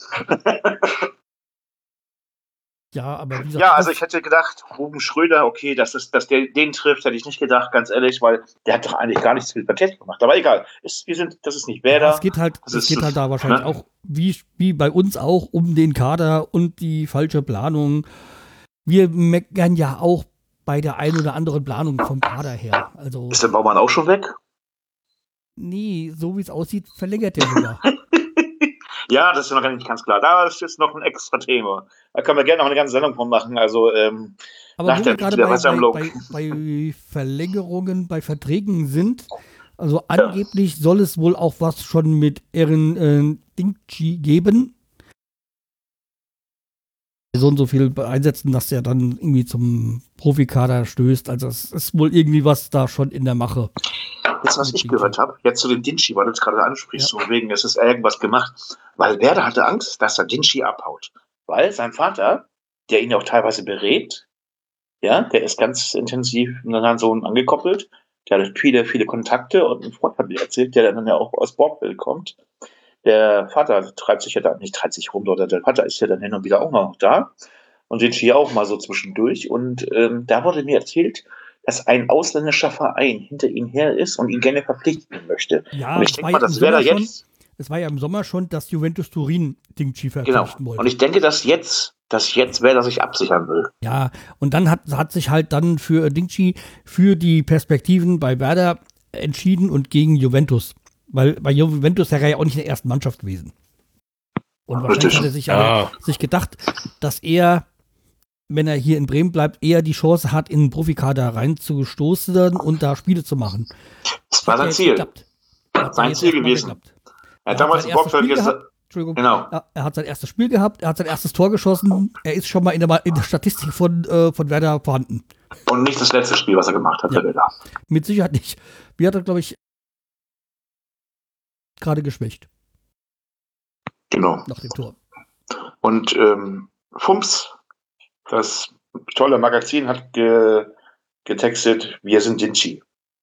Ja, aber wie gesagt, ja, also ich hätte gedacht, Ruben Schröder, okay, dass der den trifft, hätte ich nicht gedacht, ganz ehrlich, weil der hat doch eigentlich gar nichts mit Paket gemacht. Aber egal, das ist nicht Werder. Ja, es geht halt da wahrscheinlich auch, wie bei uns auch, um den Kader und die falsche Planung. Wir meckern ja auch bei der einen oder anderen Planung vom Kader her. Also, ist der Baumann auch schon weg? Nee, so wie es aussieht, verlängert der sogar. Ja, das ist noch gar nicht ganz klar. Das ist noch ein extra Thema. Da können wir gerne noch eine ganze Sendung von machen. Also aber nach wo der wir gerade bei Verlängerungen, bei Verträgen sind, also angeblich soll es wohl auch was schon mit Ehren Dingchi geben. So und so viel einsetzen, dass der dann irgendwie zum Profikader stößt. Also es ist wohl irgendwie was da schon in der Mache. Jetzt, was ich gehört habe, jetzt zu dem Dinci, weil du es gerade ansprichst, so wegen, es ist irgendwas gemacht, weil Werder hatte Angst, dass der Dinci abhaut. Weil sein Vater, der ihn auch teilweise berät, ja, der ist ganz intensiv mit seinem Sohn angekoppelt, der hat viele, viele Kontakte und ein Freund hat mir erzählt, der dann ja auch aus Borgwil kommt. Der Vater treibt sich ja da, nicht treibt sich rum, oder der Vater ist ja dann hin und wieder auch noch da und Dinci auch mal so zwischendurch und da wurde mir erzählt, dass ein ausländischer Verein hinter ihm her ist und ihn gerne verpflichten möchte. Ja, und ich denke mal, das wäre jetzt. Es war ja im Sommer schon, dass Juventus Turin Dingchi verpflichten wollte. Und ich denke, dass jetzt Werder sich absichern will. Ja, und dann hat sich halt dann für Dingchi für die Perspektiven bei Werder entschieden und gegen Juventus. Weil bei Juventus wäre er ja auch nicht in der ersten Mannschaft gewesen. Und wahrscheinlich hat er sich gedacht, dass er, wenn er hier in Bremen bleibt, eher die Chance hat, in den Profikader reinzustoßen und da Spiele zu machen. Das war sein Ziel. Sein Ziel gewesen. Er hat damals in Borgwil gesagt. Entschuldigung. Genau. Er hat sein erstes Spiel gehabt, er hat sein erstes Tor geschossen, er ist schon mal in der Statistik von Werder vorhanden. Und nicht das letzte Spiel, was er gemacht hat, für Werder. Mit Sicherheit nicht. Wir hat er, glaube ich, gerade geschwächt. Genau. Nach dem Tor. Und Fumps, das tolle Magazin, hat getextet, wir sind Dinci.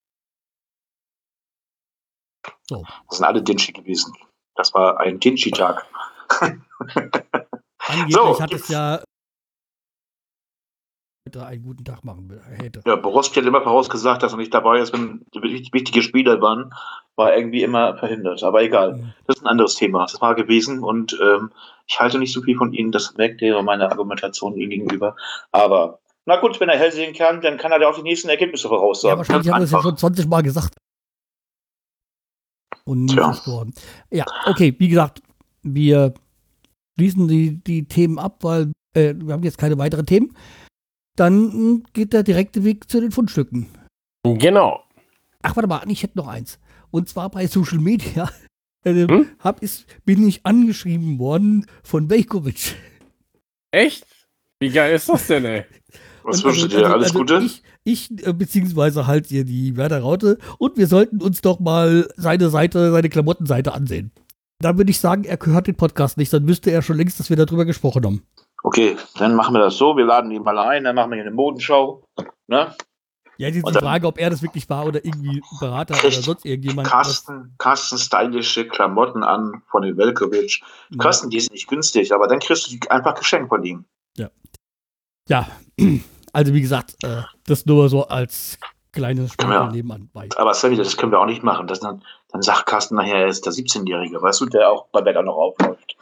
So. Das sind alle Dinci gewesen. Das war ein Dinci-Tag. Angeblich hat es ja einen guten Tag machen hätte. Ja, Borowski hat immer vorausgesagt, dass er nicht dabei ist, wenn wichtige Spieler waren, war irgendwie immer verhindert. Aber egal, das ist ein anderes Thema. Das war gewesen und ich halte nicht so viel von Ihnen, das merkt ihr meine Argumentation Ihnen gegenüber. Aber na gut, wenn er hell sehen kann, dann kann er da auch die nächsten Ergebnisse voraussagen. Ja, wahrscheinlich haben wir das ja schon 20 Mal gesagt. Und nie gesprochen. Ja, okay, wie gesagt, wir schließen die Themen ab, weil wir haben jetzt keine weiteren Themen. Dann geht der direkte Weg zu den Fundstücken. Genau. Ach, warte mal, ich hätte noch eins. Und zwar bei Social Media bin ich angeschrieben worden von Veljković. Echt? Wie geil ist das denn, ey? Was wünschst du dir? Alles Gute? Ich beziehungsweise halt hier die Werder Raute und wir sollten uns doch mal seine Klamottenseite ansehen. Da würde ich sagen, er hört den Podcast nicht, dann wüsste er schon längst, dass wir darüber gesprochen haben. Okay, dann machen wir das so, wir laden ihn mal ein, dann machen wir hier eine Modenschau. Ne? Ja, jetzt ist die Frage, ob er das wirklich war oder irgendwie ein Berater oder sonst irgendjemand. Carsten stylische Klamotten an von den Veljković. Kosten die sind nicht günstig, aber dann kriegst du die einfach geschenkt von ihm. Ja. Ja, also wie gesagt, das nur so als kleines Spiel nebenan bei. Aber Sally, das können wir auch nicht machen. Dann sagt Carsten nachher, er ist der 17-Jährige, weißt du, der auch bei Wetter noch aufläuft.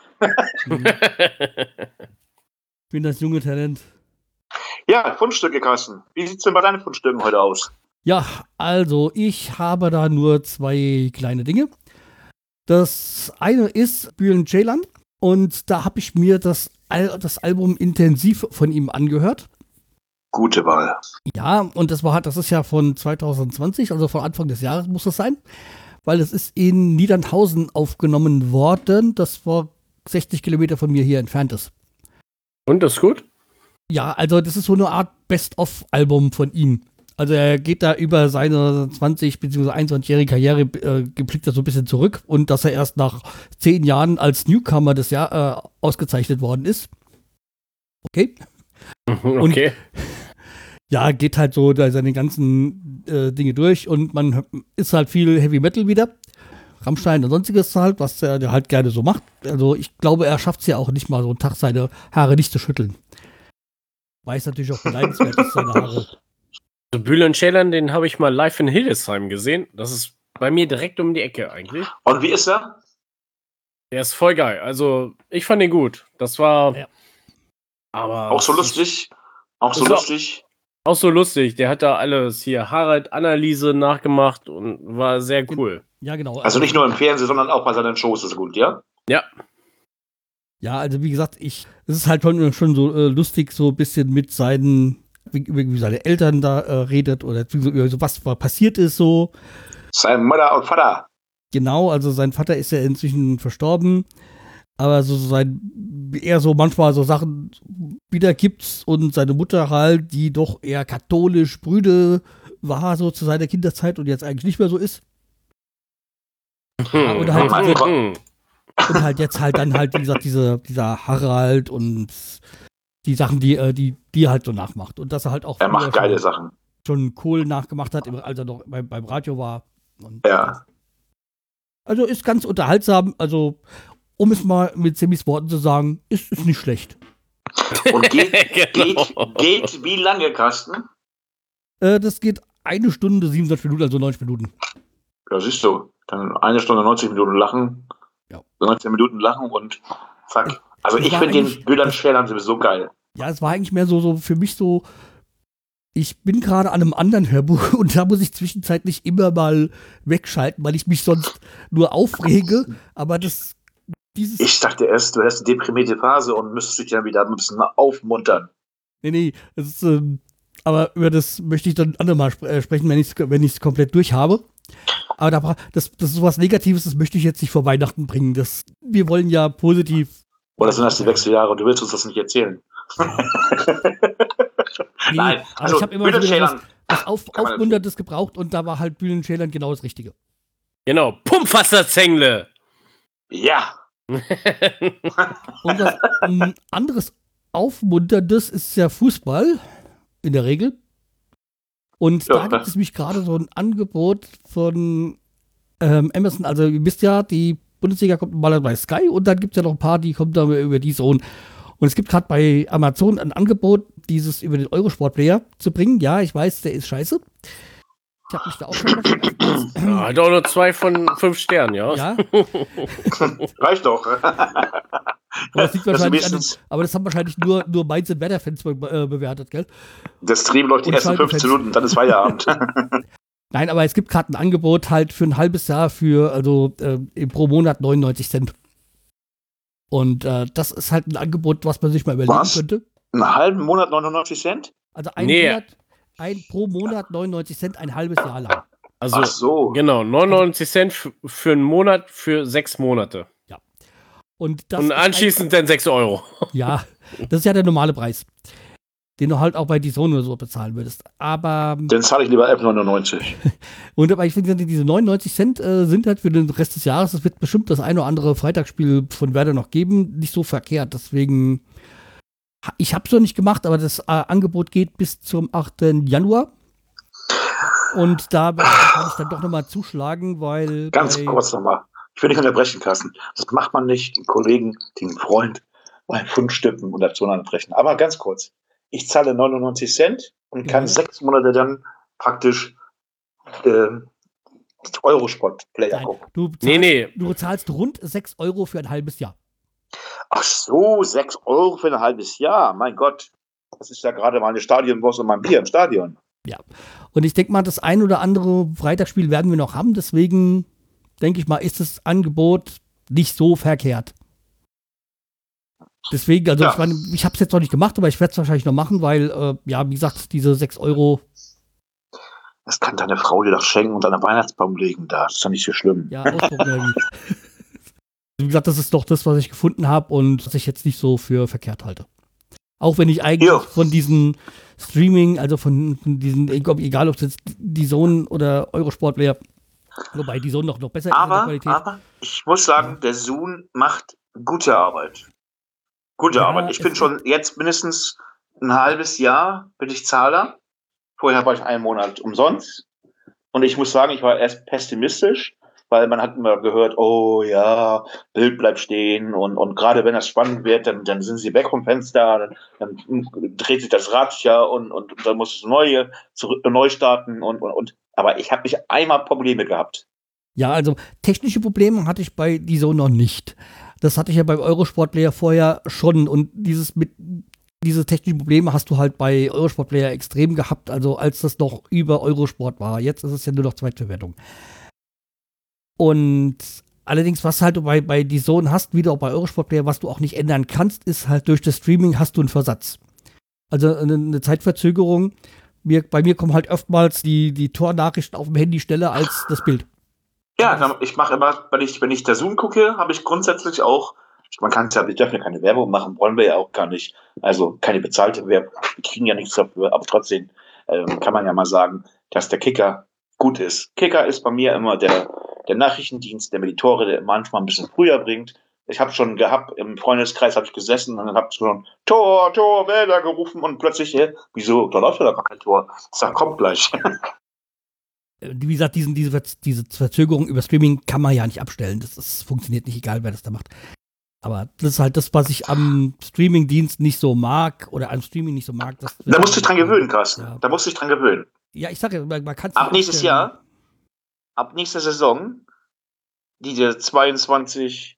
Ich bin das junge Talent. Ja, Fundstücke, Carsten. Wie sieht es denn bei deinen Fundstücken heute aus? Ja, also ich habe da nur 2 kleine Dinge. Das eine ist Bülent Ceylan und da habe ich mir das Album intensiv von ihm angehört. Gute Wahl. Ja, und das ist ja von 2020, also von Anfang des Jahres muss es sein, weil es ist in Niedernhausen aufgenommen worden, das vor 60 Kilometer von mir hier entfernt ist. Und, das ist gut? Ja, also das ist so eine Art Best-of-Album von ihm. Also er geht da über seine 20 bzw. 21-jährige Karriere, blickt da so ein bisschen zurück und dass er erst nach 10 Jahren als Newcomer des Jahres ausgezeichnet worden ist. Okay. Und ja, geht halt so da seine ganzen Dinge durch und man ist halt viel Heavy Metal wieder. Rammstein und sonstiges halt, was er halt gerne so macht. Also ich glaube, er schafft es ja auch nicht mal so einen Tag, seine Haare nicht zu schütteln. Weiß natürlich auch beneidenswert ist, seine Haare. Bülent Ceylan, den habe ich mal live in Hildesheim gesehen. Das ist bei mir direkt um die Ecke eigentlich. Und wie ist er? Der ist voll geil. Also, ich fand ihn gut. Das war... Ja. Aber auch so lustig? Auch so lustig? Auch so lustig. Der hat da alles hier Harald-Anneliese nachgemacht und war sehr cool. Ja, genau. Also nicht nur im Fernsehen, sondern auch bei seinen Shows ist gut, ja? Ja. Ja, also wie gesagt, es ist halt schon so lustig, so ein bisschen mit wie seine Eltern da redet oder so, was passiert ist so. Seine Mutter und Vater. Genau, also sein Vater ist ja inzwischen verstorben, aber so eher so manchmal so Sachen wiedergibt's und seine Mutter halt, die doch eher katholisch brüde war so zu seiner Kinderzeit und jetzt eigentlich nicht mehr so ist. Ja, und halt jetzt halt dann halt, wie gesagt, dieser Harald und die Sachen, die er halt so nachmacht. Und dass er halt auch er macht geile Sachen. Schon Kohl nachgemacht hat, als er noch beim Radio war. Und ja. Also ist ganz unterhaltsam. Also, um es mal mit Semis Worten zu sagen, ist nicht schlecht. Und geht wie lange, Carsten? Das geht 1 Stunde, 27 Minuten, also 90 Minuten. Ja, siehst du. Dann 1 Stunde, 90 Minuten lachen. Ja. 19 Minuten lachen und zack. Also ich finde den Bülent Ceylan sowieso geil. Ja, es war eigentlich mehr so für mich so, ich bin gerade an einem anderen Hörbuch und da muss ich zwischenzeitlich immer mal wegschalten, weil ich mich sonst nur aufrege. Aber ich dachte erst, du hast eine deprimierte Phase und müsstest dich dann wieder ein bisschen aufmuntern. Nee, aber über das möchte ich dann andermal sprechen, wenn ich es komplett durch habe. Aber das ist sowas Negatives, das möchte ich jetzt nicht vor Weihnachten bringen. Wir wollen ja positiv. Oder sind das die Wechseljahre und du willst uns das nicht erzählen? Nee, nein, also ich habe immer wieder was Aufmunterndes gebraucht und da war halt Bülent Ceylan genau das Richtige. Genau, Pumpwasserzängle! Ja! Und was anderes Aufmunterndes ist ja Fußball, in der Regel. Und da gibt es nämlich gerade so ein Angebot von Amazon. Also ihr wisst ja, die Bundesliga kommt normalerweise bei Sky und dann gibt es ja noch ein paar, die kommen da über die Zone. Und es gibt gerade bei Amazon ein Angebot, dieses über den Eurosport-Player zu bringen. Ja, ich weiß, der ist scheiße. Ich habe mich da auch schon mal hat auch nur 2 von 5 Sternen, ja. Ja. Reicht doch. Aber das haben wahrscheinlich nur Mainz und Werder-Fans bewertet, gell? Der Stream läuft die ersten 15 Minuten, dann ist Feierabend. Nein, aber es gibt gerade ein Angebot halt für ein halbes Jahr pro Monat 99 Cent. Und das ist halt ein Angebot, was man sich mal überlegen könnte. Einen halben Monat 99 Cent? Also pro Monat 99 Cent, ein halbes Jahr lang. Also, ach so. Genau, 99 Cent für einen Monat für 6 Monate. Ja. Und anschließend dann 6 Euro. Ja, das ist ja der normale Preis, den du halt auch bei DAZN oder so bezahlen würdest. Aber den zahle ich lieber 11,99. Aber ich finde, diese 99 Cent sind halt für den Rest des Jahres, es wird bestimmt das ein oder andere Freitagsspiel von Werder noch geben, nicht so verkehrt. Deswegen, ich habe es noch nicht gemacht, aber das Angebot geht bis zum 8. Januar. Und da kann ich dann doch nochmal zuschlagen, weil... Ganz kurz nochmal. Ich will nicht unterbrechen, Carsten. Das macht man nicht den Kollegen, den Freund bei Fundstücken und Aktionen ansprechen. Aber ganz kurz. Ich zahle 99 Cent und kann 6 Monate dann praktisch Eurosport-Player gucke. Du zahlst rund 6 Euro für ein halbes Jahr. Ach so, 6 Euro für ein halbes Jahr. Mein Gott. Das ist ja gerade mal eine Stadionwurst und mein Bier im Stadion. Ja. Und ich denke mal, das ein oder andere Freitagsspiel werden wir noch haben. Deswegen denke ich mal, ist das Angebot nicht so verkehrt. Deswegen, also Ja. ich habe es jetzt noch nicht gemacht, aber ich werde es wahrscheinlich noch machen, weil, wie gesagt, diese 6 Euro, Das kann deine Frau dir doch schenken und an den Weihnachtsbaum legen da. Das ist doch nicht so schlimm. ja, ausdrucken irgendwie. Wie gesagt, das ist doch das, was ich gefunden habe und was ich jetzt nicht so für verkehrt halte. Auch wenn ich eigentlich Jo. von diesen Streaming, also von diesen, egal ob es jetzt die Zone oder Eurosport wäre, wobei die Zone noch besser ist in der Qualität. Aber ich muss sagen, der Zoom macht gute Arbeit. Gute Ja, Arbeit. Ich bin es schon jetzt mindestens ein halbes Jahr bin ich Zahler. Vorher war ich einen Monat umsonst. Und ich muss sagen, ich war erst pessimistisch, weil man hat immer gehört, oh ja, Bild bleibt stehen und gerade wenn das spannend wird, dann sind sie weg vom Fenster, dann dreht sich das Rad ja und dann muss es neu starten aber ich habe nicht einmal Probleme gehabt. Ja, also technische Probleme hatte ich bei die Zone noch nicht. Das hatte ich ja beim Eurosport Player vorher schon und diese technischen Probleme hast du halt bei Eurosport Player extrem gehabt, also als das noch über Eurosport war. Jetzt ist es ja nur noch Zweitverwertung. Und allerdings, was halt du bei die Zone hast, wieder auch bei Eurosport Player, was du auch nicht ändern kannst, ist halt durch das Streaming hast du einen Versatz. Also eine Zeitverzögerung. Bei mir kommen halt oftmals die Tornachrichten auf dem Handy schneller als das Bild. Ja, ich mache immer, wenn ich der Zoom gucke, habe ich grundsätzlich auch, wir dürfen ja keine Werbung machen, wollen wir ja auch gar nicht. Also keine bezahlte Werbung, wir kriegen ja nichts dafür, aber trotzdem kann man ja mal sagen, dass der Kicker gut ist. Kicker ist bei mir immer der Nachrichtendienst, der mir die Tore der manchmal ein bisschen früher bringt. Ich habe schon gehabt, im Freundeskreis habe ich gesessen und dann habe ich schon Tor, Werder gerufen und plötzlich, wieso, da läuft ja gar kein Tor. Ich sag, kommt gleich. Wie gesagt, diese Verzögerung über Streaming kann man ja nicht abstellen. Das funktioniert nicht, egal wer das da macht. Aber das ist halt das, was ich am Streaming-Dienst nicht so mag oder am Streaming nicht so mag. Da musst du dich dran gewöhnen, Carsten. Ja. Da musst du dich dran gewöhnen. Ja, ich sage, man kann es ab nächster Saison, diese 21,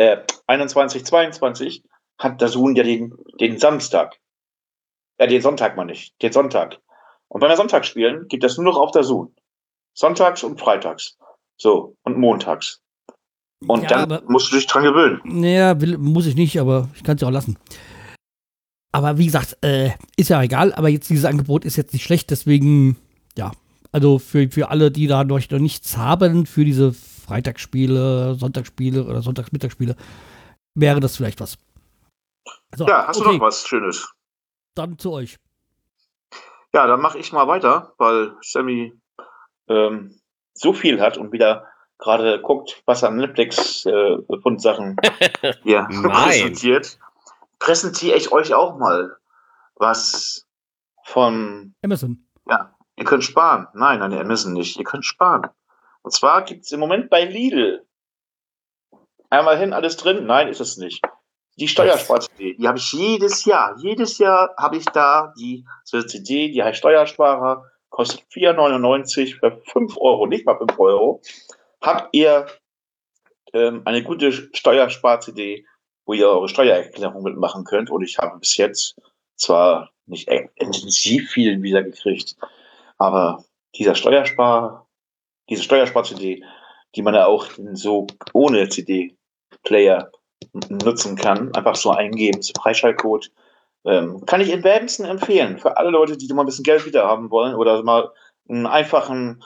22, hat der Sohn ja den Samstag. Den Sonntag meine ich. Den Sonntag. Und wenn wir Sonntag spielen, gibt das nur noch auf der Sohn. Sonntags und freitags. So, und montags. Und ja, dann musst du dich dran gewöhnen. Naja, muss ich nicht, aber ich kann es ja auch lassen. Aber wie gesagt, ist ja egal, aber jetzt dieses Angebot ist jetzt nicht schlecht, deswegen, ja, also für alle, die da noch nichts haben, für diese Freitagsspiele, Sonntagsspiele oder Sonntagsmittagsspiele, wäre das vielleicht was. So, ja, hast du noch was Schönes? Dann zu euch. Ja, dann mache ich mal weiter, weil Sammy so viel hat und wieder gerade guckt, was an Netflix-Fundsachen hier präsentiert. Präsentiere ich euch auch mal was von Amazon. Ja, ihr könnt sparen. Nein, Amazon nicht. Ihr könnt sparen. Und zwar gibt es im Moment bei Lidl einmal hin, alles drin. Nein, ist es nicht. Die Steuerspar-CD, die habe ich jedes Jahr. Jedes Jahr habe ich da die CD, die heißt Steuersparer, kostet 4,99 für 5 Euro, nicht mal 5 Euro. Habt ihr eine gute Steuerspar-CD, wo ihr eure Steuererklärung mitmachen könnt. Und ich habe bis jetzt zwar nicht intensiv viel wiedergekriegt, aber diese Steuerspar-CD, die man ja auch so ohne CD-Player nutzen kann, einfach so eingeben, so Freischaltcode, kann ich in wärmsten empfehlen. Für alle Leute, die mal ein bisschen Geld wieder haben wollen oder mal einen einfachen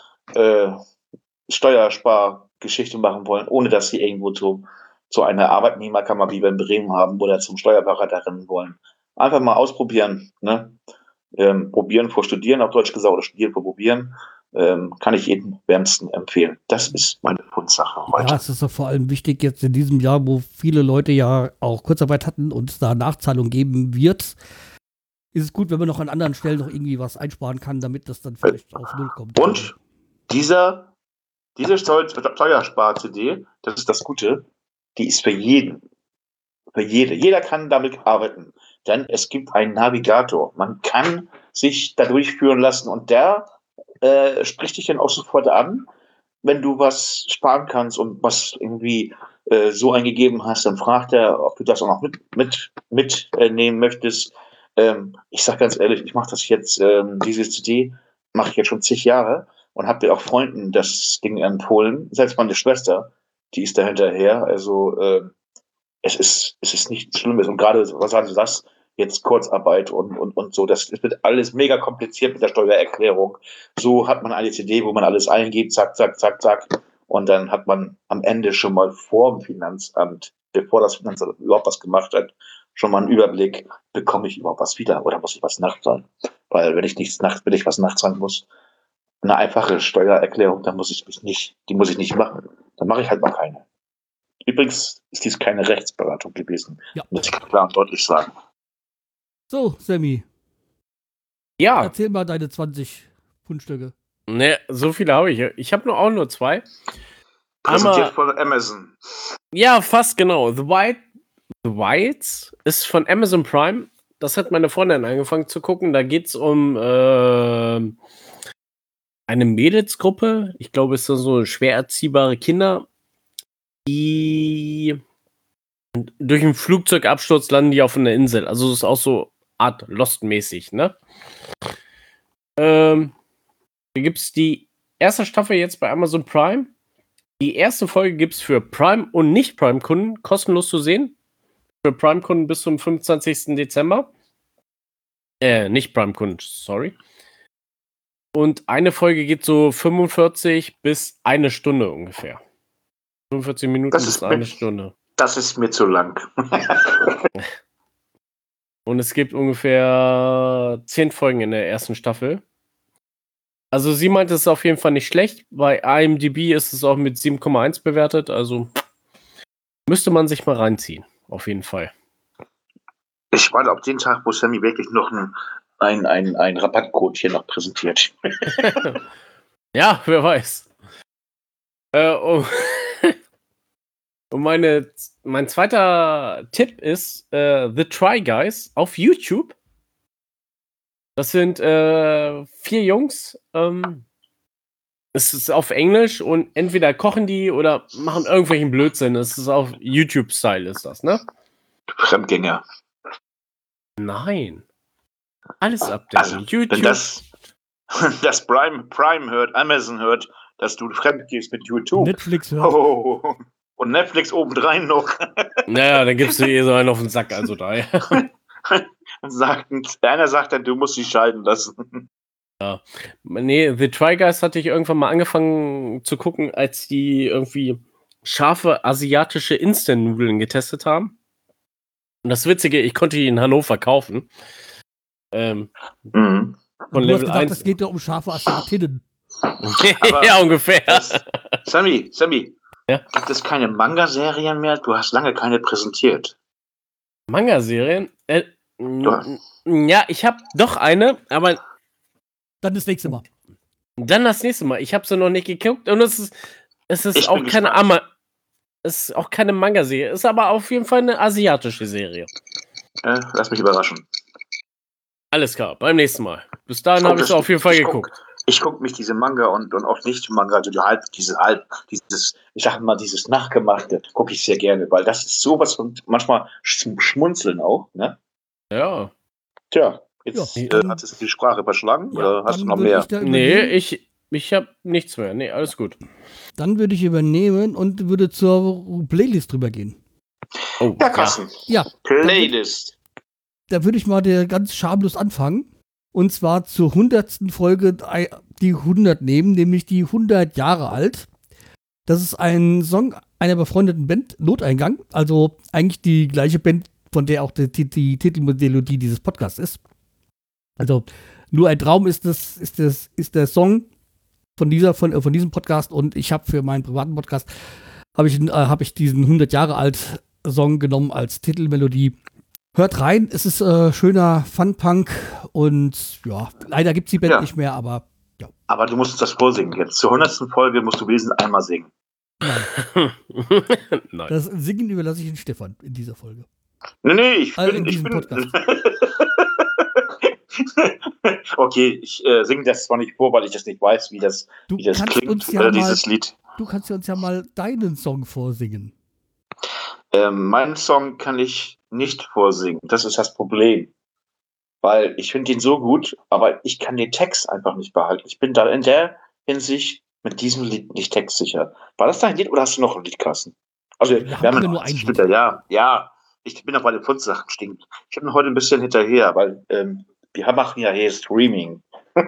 Steuerspargeschichte machen wollen, ohne dass sie irgendwo zu einer Arbeitnehmerkammer wie wir in Bremen haben oder zum Steuerberater rennen wollen. Einfach mal ausprobieren. Ne? Probieren vor Studieren, auf Deutsch gesagt, oder Studieren vor Probieren. Kann ich jedem wärmsten empfehlen. Das ist meine Fundsache heute. Ja, es ist doch vor allem wichtig jetzt in diesem Jahr, wo viele Leute ja auch Kurzarbeit hatten und es da Nachzahlung geben wird, ist es gut, wenn man noch an anderen Stellen noch irgendwie was einsparen kann, damit das dann vielleicht auf Null kommt. Und diese Steuerspar-CD, das ist das Gute, die ist für jeden. Für jede. Jeder kann damit arbeiten. Denn es gibt einen Navigator. Man kann sich da durchführen lassen und der spricht dich dann auch sofort an, wenn du was sparen kannst und was irgendwie so eingegeben hast, dann fragt er, ob du das auch noch mitnehmen möchtest. Ich sag ganz ehrlich, ich mache das jetzt, diese CD mache ich jetzt schon zig Jahre und habe dir auch Freunden das Ding empfohlen. Selbst meine Schwester, die ist da hinterher. Also es ist nichts Schlimmes. Und gerade, was sagen Sie das? Jetzt Kurzarbeit und so. Das wird alles mega kompliziert mit der Steuererklärung. So hat man eine CD, wo man alles eingibt, zack, zack, zack, zack. Und dann hat man am Ende schon mal vor dem Finanzamt, bevor das Finanzamt überhaupt was gemacht hat, schon mal einen Überblick, bekomme ich überhaupt was wieder oder muss ich was nachzahlen? Weil wenn ich was nachzahlen muss, eine einfache Steuererklärung, dann muss ich nicht machen. Dann mache ich halt mal keine. Übrigens ist dies keine Rechtsberatung gewesen. Ja. Muss ich klar und deutlich sagen. So, Sammy, Ja, erzähl mal deine 20 Fundstücke. ne, so viele habe ich. Ich habe auch nur 2. Präsentiert von Amazon. Ja, fast genau. The Wilds ist von Amazon Prime. Das hat meine Freundin angefangen zu gucken. Da geht es um eine Mädelsgruppe. Ich glaube, es sind so schwer erziehbare Kinder, die durch einen Flugzeugabsturz landen die auf einer Insel. Also es ist auch so Art Lost-mäßig, ne? Da gibt es die erste Staffel jetzt bei Amazon Prime. Die erste Folge gibt es für Prime- und Nicht-Prime-Kunden kostenlos zu sehen. Für Prime-Kunden bis zum 25. Dezember. Nicht Prime-Kunden, sorry. Und eine Folge geht so 45 bis eine Stunde ungefähr. 45 Minuten bis eine Stunde. Das ist mir zu lang. Und es gibt ungefähr 10 Folgen in der ersten Staffel. Also sie meint, es ist auf jeden Fall nicht schlecht. Bei IMDb ist es auch mit 7,1 bewertet. Also müsste man sich mal reinziehen. Auf jeden Fall. Ich warte auf den Tag, wo Sammy wirklich noch ein Rabattcode hier noch präsentiert. Ja, wer weiß. Und mein zweiter Tipp ist The Try Guys auf YouTube. Das sind 4 Jungs. Es ist auf Englisch und entweder kochen die oder machen irgendwelchen Blödsinn. Es ist auf YouTube-Style, ist das, ne? Fremdgänger. Nein. Alles abdecken. Also, YouTube. wenn das Prime hört, Amazon hört, dass du fremd gehst mit YouTube. Netflix hört. Oh, und Netflix obendrein noch. Naja, dann gibst du so einen auf den Sack, also da. Einer sagt dann, du musst dich scheiden lassen. Ja. Nee, The Try Guys hatte ich irgendwann mal angefangen zu gucken, als die irgendwie scharfe asiatische Instant-Nudeln getestet haben. Und das Witzige, ich konnte die in Hannover kaufen. Von Du hast Level gesagt, 1. es geht ja um scharfe Asiatinnen. Ja, ungefähr. Sammy, ja? Gibt es keine Manga-Serien mehr? Du hast lange keine präsentiert. Manga-Serien? Ja, ich habe doch eine, aber Dann das nächste Mal. dann das nächste Mal. Ich habe sie noch nicht geguckt und es ist auch keine Manga-Serie. Es ist aber auf jeden Fall eine asiatische Serie. Lass mich überraschen. Alles klar, beim nächsten Mal. Bis dahin habe ich es auf jeden Fall geguckt. Ich gucke mich diese Manga und auch Nicht-Manga, also ich sag mal, dieses Nachgemachte, gucke ich sehr gerne, weil das ist sowas von manchmal Schmunzeln auch, ne? Ja. Tja, jetzt hat es die Sprache verschlagen, oder hast du noch mehr? Nee, ich habe nichts mehr. Nee, alles gut. Dann würde ich übernehmen und würde zur Playlist drüber gehen. Oh, Ja, Carsten. Ja. Playlist. Da würde ich mal ganz schamlos anfangen. Und zwar zur 100. Folge die 100 nehmen, nämlich die 100 Jahre alt. Das ist ein Song einer befreundeten Band, Noteingang. Also eigentlich die gleiche Band, von der auch die Titelmelodie dieses Podcasts ist. Also nur ein Traum ist der Song von diesem Podcast. Und ich habe für meinen privaten Podcast habe ich diesen 100 Jahre alt Song genommen als Titelmelodie. Hört rein, es ist schöner Fun-Punk und ja, leider gibt es die Band nicht mehr, aber ja. Aber du musst uns das vorsingen jetzt. Zur 100. Folge musst du wenigstens einmal singen. Nein. Das Singen überlasse ich den Stefan in dieser Folge. Nee, ich in bin diesem Podcast. Okay, ich singe das zwar nicht vor, weil ich das nicht weiß, wie das klingt, dieses Lied. Du kannst ja uns ja mal deinen Song vorsingen. Meinen Song kann ich nicht vorsingen. Das ist das Problem. Weil ich finde ihn so gut, aber ich kann den Text einfach nicht behalten. Ich bin da in der Hinsicht mit diesem Lied nicht textsicher. War das dein Lied oder hast du noch ein Lied, Carsten? Also, wir haben nur ein Lied. Ja. Ich bin noch bei den Fundsachen stehen. Ich bin heute ein bisschen hinterher, weil wir machen ja hier Streaming.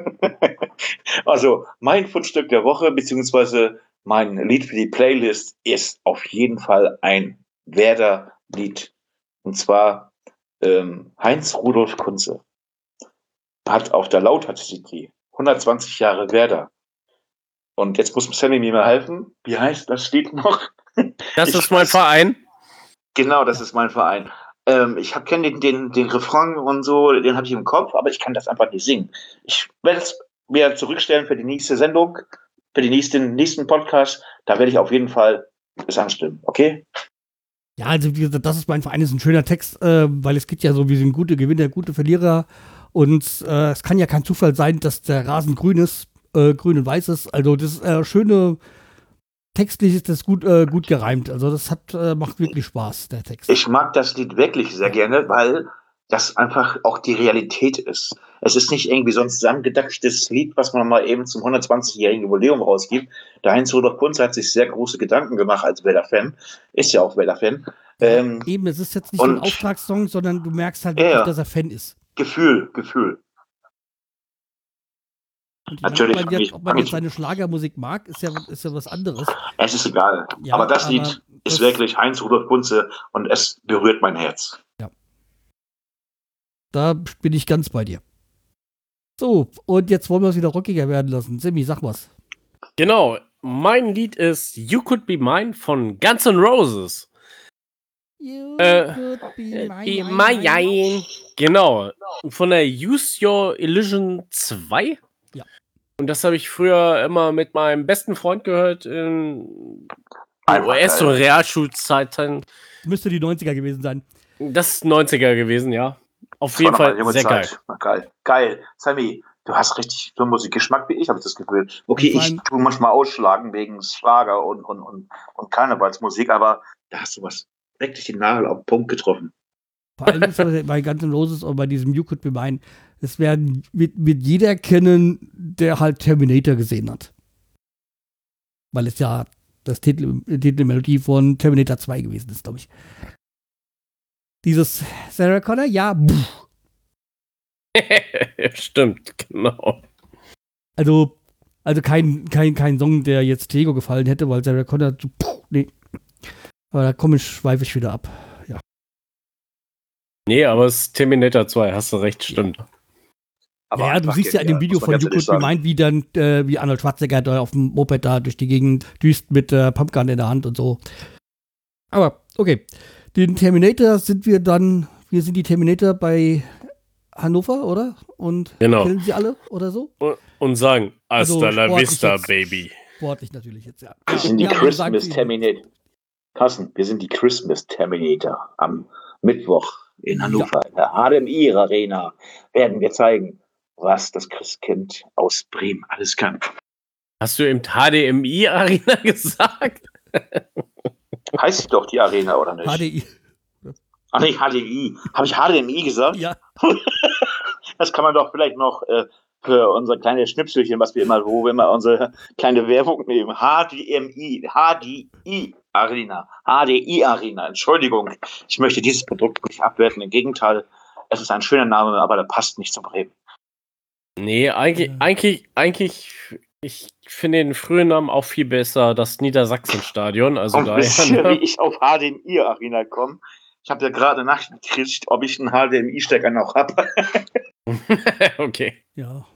Also, mein Fundstück der Woche, beziehungsweise mein Lied für die Playlist, ist auf jeden Fall ein Werder-Lied. Und zwar Heinz Rudolf Kunze hat auf der Lautheit-CD 120 Jahre Werder. Und jetzt muss Sammy mir mal helfen. Wie heißt das Lied noch? Das ist mein Verein. Genau, das ist mein Verein. Ich kenne den Refrain und so, den habe ich im Kopf, aber ich kann das einfach nicht singen. Ich werde es mir zurückstellen für die nächste Sendung, für den nächsten Podcast. Da werde ich auf jeden Fall das anstimmen, okay? Ja, also wie gesagt, das ist mein Verein, ist ein schöner Text, weil es geht ja so, wir sind gute Gewinner, gute Verlierer und es kann ja kein Zufall sein, dass der Rasen grün ist, grün und weiß ist. Also das schöne, textlich ist das gut gereimt. Also das macht wirklich Spaß, der Text. Ich mag das Lied wirklich sehr gerne, weil das einfach auch die Realität ist. Es ist nicht irgendwie so ein zusammengedachtes Lied, was man mal eben zum 120-jährigen Jubiläum rausgibt. Der Heinz Rudolf Kunze hat sich sehr große Gedanken gemacht als Werder-Fan. Ist ja auch Werder-Fan. Eben, es ist jetzt nicht so ein Auftragssong, sondern du merkst halt wirklich, dass er Fan ist. Gefühl. Und natürlich. Ob man jetzt seine Schlagermusik mag, ist ja was anderes. Es ist egal. Ja, aber das Lied ist wirklich Heinz Rudolf Kunze und es berührt mein Herz. Ja. Da bin ich ganz bei dir. So, und jetzt wollen wir es wieder rockiger werden lassen. Simi, sag was. Genau, mein Lied ist You Could Be Mine von Guns N' Roses. You could be mine. Genau, von der Use Your Illusion 2. Ja. Und das habe ich früher immer mit meinem besten Freund gehört in US- und Realschulzeiten. Müsste die 90er gewesen sein. Das ist 90er gewesen, ja. Auf jeden Fall sehr geil. Geil. Sammy, du hast richtig so einen Musikgeschmack wie ich, habe ich das Gefühl. Okay, ich tue manchmal ausschlagen wegen Schlager und Karnevalsmusik, aber da hast du wirklich den Nagel auf den Punkt getroffen. Vor allem ist das bei Guns N' Roses und bei diesem You Could Be Mine, es wird jeder kennen, der halt Terminator gesehen hat. Weil es ja das Titelmelodie von Terminator 2 gewesen ist, glaube ich. Dieses Sarah Connor, ja. Stimmt, genau. Also kein Song, der jetzt Tego gefallen hätte, weil Sarah Connor, nee. Aber da schweife ich wieder ab. Ja. Nee, aber es ist Terminator 2, hast du recht, stimmt. Aber ja, du siehst ja in dem Video von You Could Be Mine, wie Arnold Schwarzenegger da auf dem Moped da durch die Gegend düst mit Pumpgun in der Hand und so. Aber, okay. Den Terminator sind wir sind die Terminator bei Hannover, oder? Und kennen sie alle oder so? Und sagen, hasta la vista, baby. Sportlich natürlich jetzt, ja. Wir sind die Christmas Terminator. Carsten, wir sind die Christmas Terminator am Mittwoch in Hannover. In der HDMI Arena werden wir zeigen, was das Christkind aus Bremen alles kann. Hast du im HDMI Arena gesagt? Heißt sie doch die Arena, oder nicht? HDI. Ach nicht, HDI. Habe ich HDMI gesagt? Ja. Das kann man doch vielleicht noch für unser kleines Schnipselchen, wo wir immer unsere kleine Werbung nehmen. HDI Arena. HDI Arena. Entschuldigung, ich möchte dieses Produkt nicht abwerten. Im Gegenteil, es ist ein schöner Name, aber der passt nicht zum Bremen. Nee, eigentlich, ich finde den frühen Namen auch viel besser, das Niedersachsenstadion. Also und wisst ihr, wie ich auf HDMI Arena komme? Ich habe ja gerade nachgekriegt, ob ich einen HDMI-Stecker noch habe. Okay. Ja.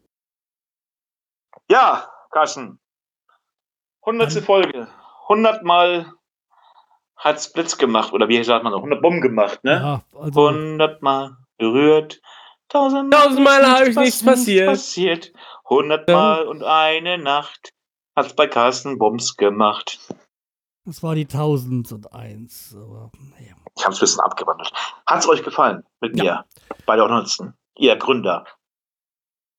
Ja, Carsten. 100. Folge. 100 Mal hat's Blitz gemacht. Oder wie sagt man so? 100 Bumm gemacht, ne? Ja, also 100 Mal berührt. 1000 Mal habe ich nichts passiert. 100 Mal und eine Nacht hat's bei Carsten Bums gemacht. das war die 1001. Aber, naja. Ich habe es ein bisschen abgewandelt. Hat's euch gefallen mit mir bei der 100. Ihr Gründer?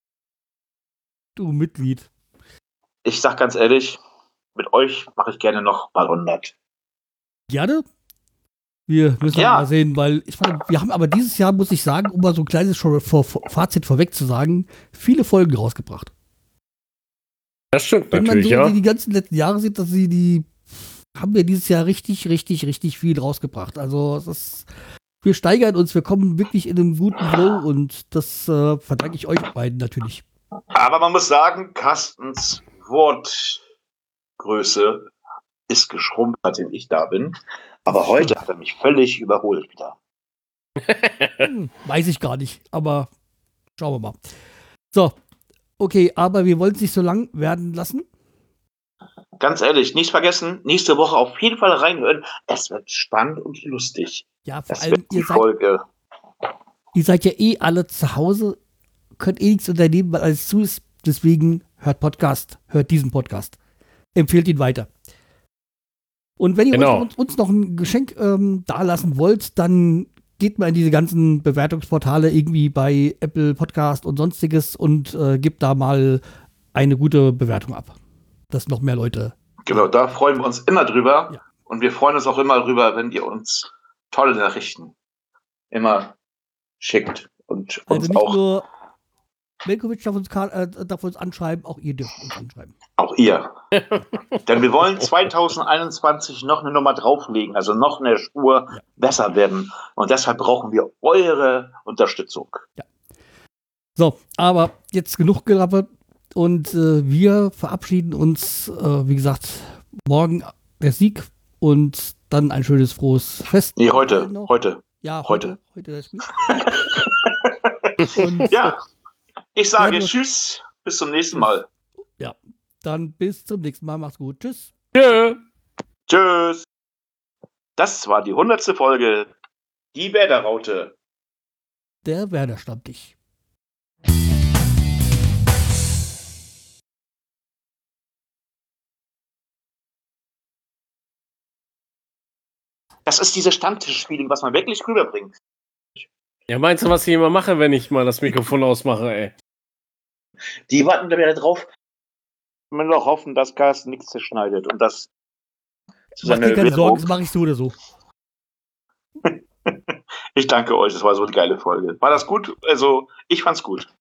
Du Mitglied. Ich sag ganz ehrlich, mit euch mache ich gerne noch mal 100. Gerne. Wir müssen Ja. mal sehen, weil ich fand, wir haben aber dieses Jahr, muss ich sagen, um mal so ein kleines Fazit vorweg zu sagen, viele Folgen rausgebracht. Das stimmt Wenn man natürlich, so ja. die ganzen letzten Jahre sieht, dass die haben wir dieses Jahr richtig, richtig, richtig viel rausgebracht. Also wir steigern uns, wir kommen wirklich in einen guten Flow und das verdanke ich euch beiden natürlich. Aber man muss sagen, Carstens Wortgröße ist geschrumpft, seitdem ich da bin. Aber heute hat er mich völlig überholt wieder. Weiß ich gar nicht, aber schauen wir mal. So, okay, aber wir wollen es nicht so lang werden lassen. Ganz ehrlich, nicht vergessen, nächste Woche auf jeden Fall reinhören. Es wird spannend und lustig. Ja, vor Das allem, wird die Folge. Ihr seid ja eh alle zu Hause, könnt eh nichts unternehmen, weil alles zu ist. Deswegen hört diesen Podcast. Empfehlt ihn weiter. Und wenn ihr uns noch ein Geschenk dalassen wollt, dann geht mal in diese ganzen Bewertungsportale irgendwie bei Apple Podcast und sonstiges und gebt da mal eine gute Bewertung ab. Dass noch mehr Leute. Genau, da freuen wir uns immer drüber. Ja. Und wir freuen uns auch immer drüber, wenn ihr uns tolle Nachrichten immer schickt. Und Also uns nicht auch. nur Velkovic darf uns anschreiben, auch ihr dürft uns anschreiben. Auch ihr. Denn wir wollen 2021 noch eine Nummer drauflegen, also noch eine Spur besser werden. Und deshalb brauchen wir eure Unterstützung. Ja. So, aber jetzt genug gelappert und wir verabschieden uns, wie gesagt, morgen der Sieg und dann ein schönes, frohes Fest. Nee, heute. Ja, heute. Heute das Spiel. Und ja, ich sage tschüss, bis zum nächsten Mal. Ja, dann bis zum nächsten Mal. Macht's gut. Tschüss. Tschö. Tschüss. Das war die 100. Folge. Die Werder-Raute. Der Werder-Stammtisch. Das ist dieses Stammtisch-Feeling, was man wirklich rüberbringt. Ja, meinst du, was ich immer mache, wenn ich mal das Mikrofon ausmache, ey? Die warten da wieder drauf. Man will doch hoffen, dass Carsten nichts zerschneidet und das Mach dir keine Sorgen, das mache ich so oder so. Ich danke euch, das war so eine geile Folge. War das gut? Also, ich fand's gut.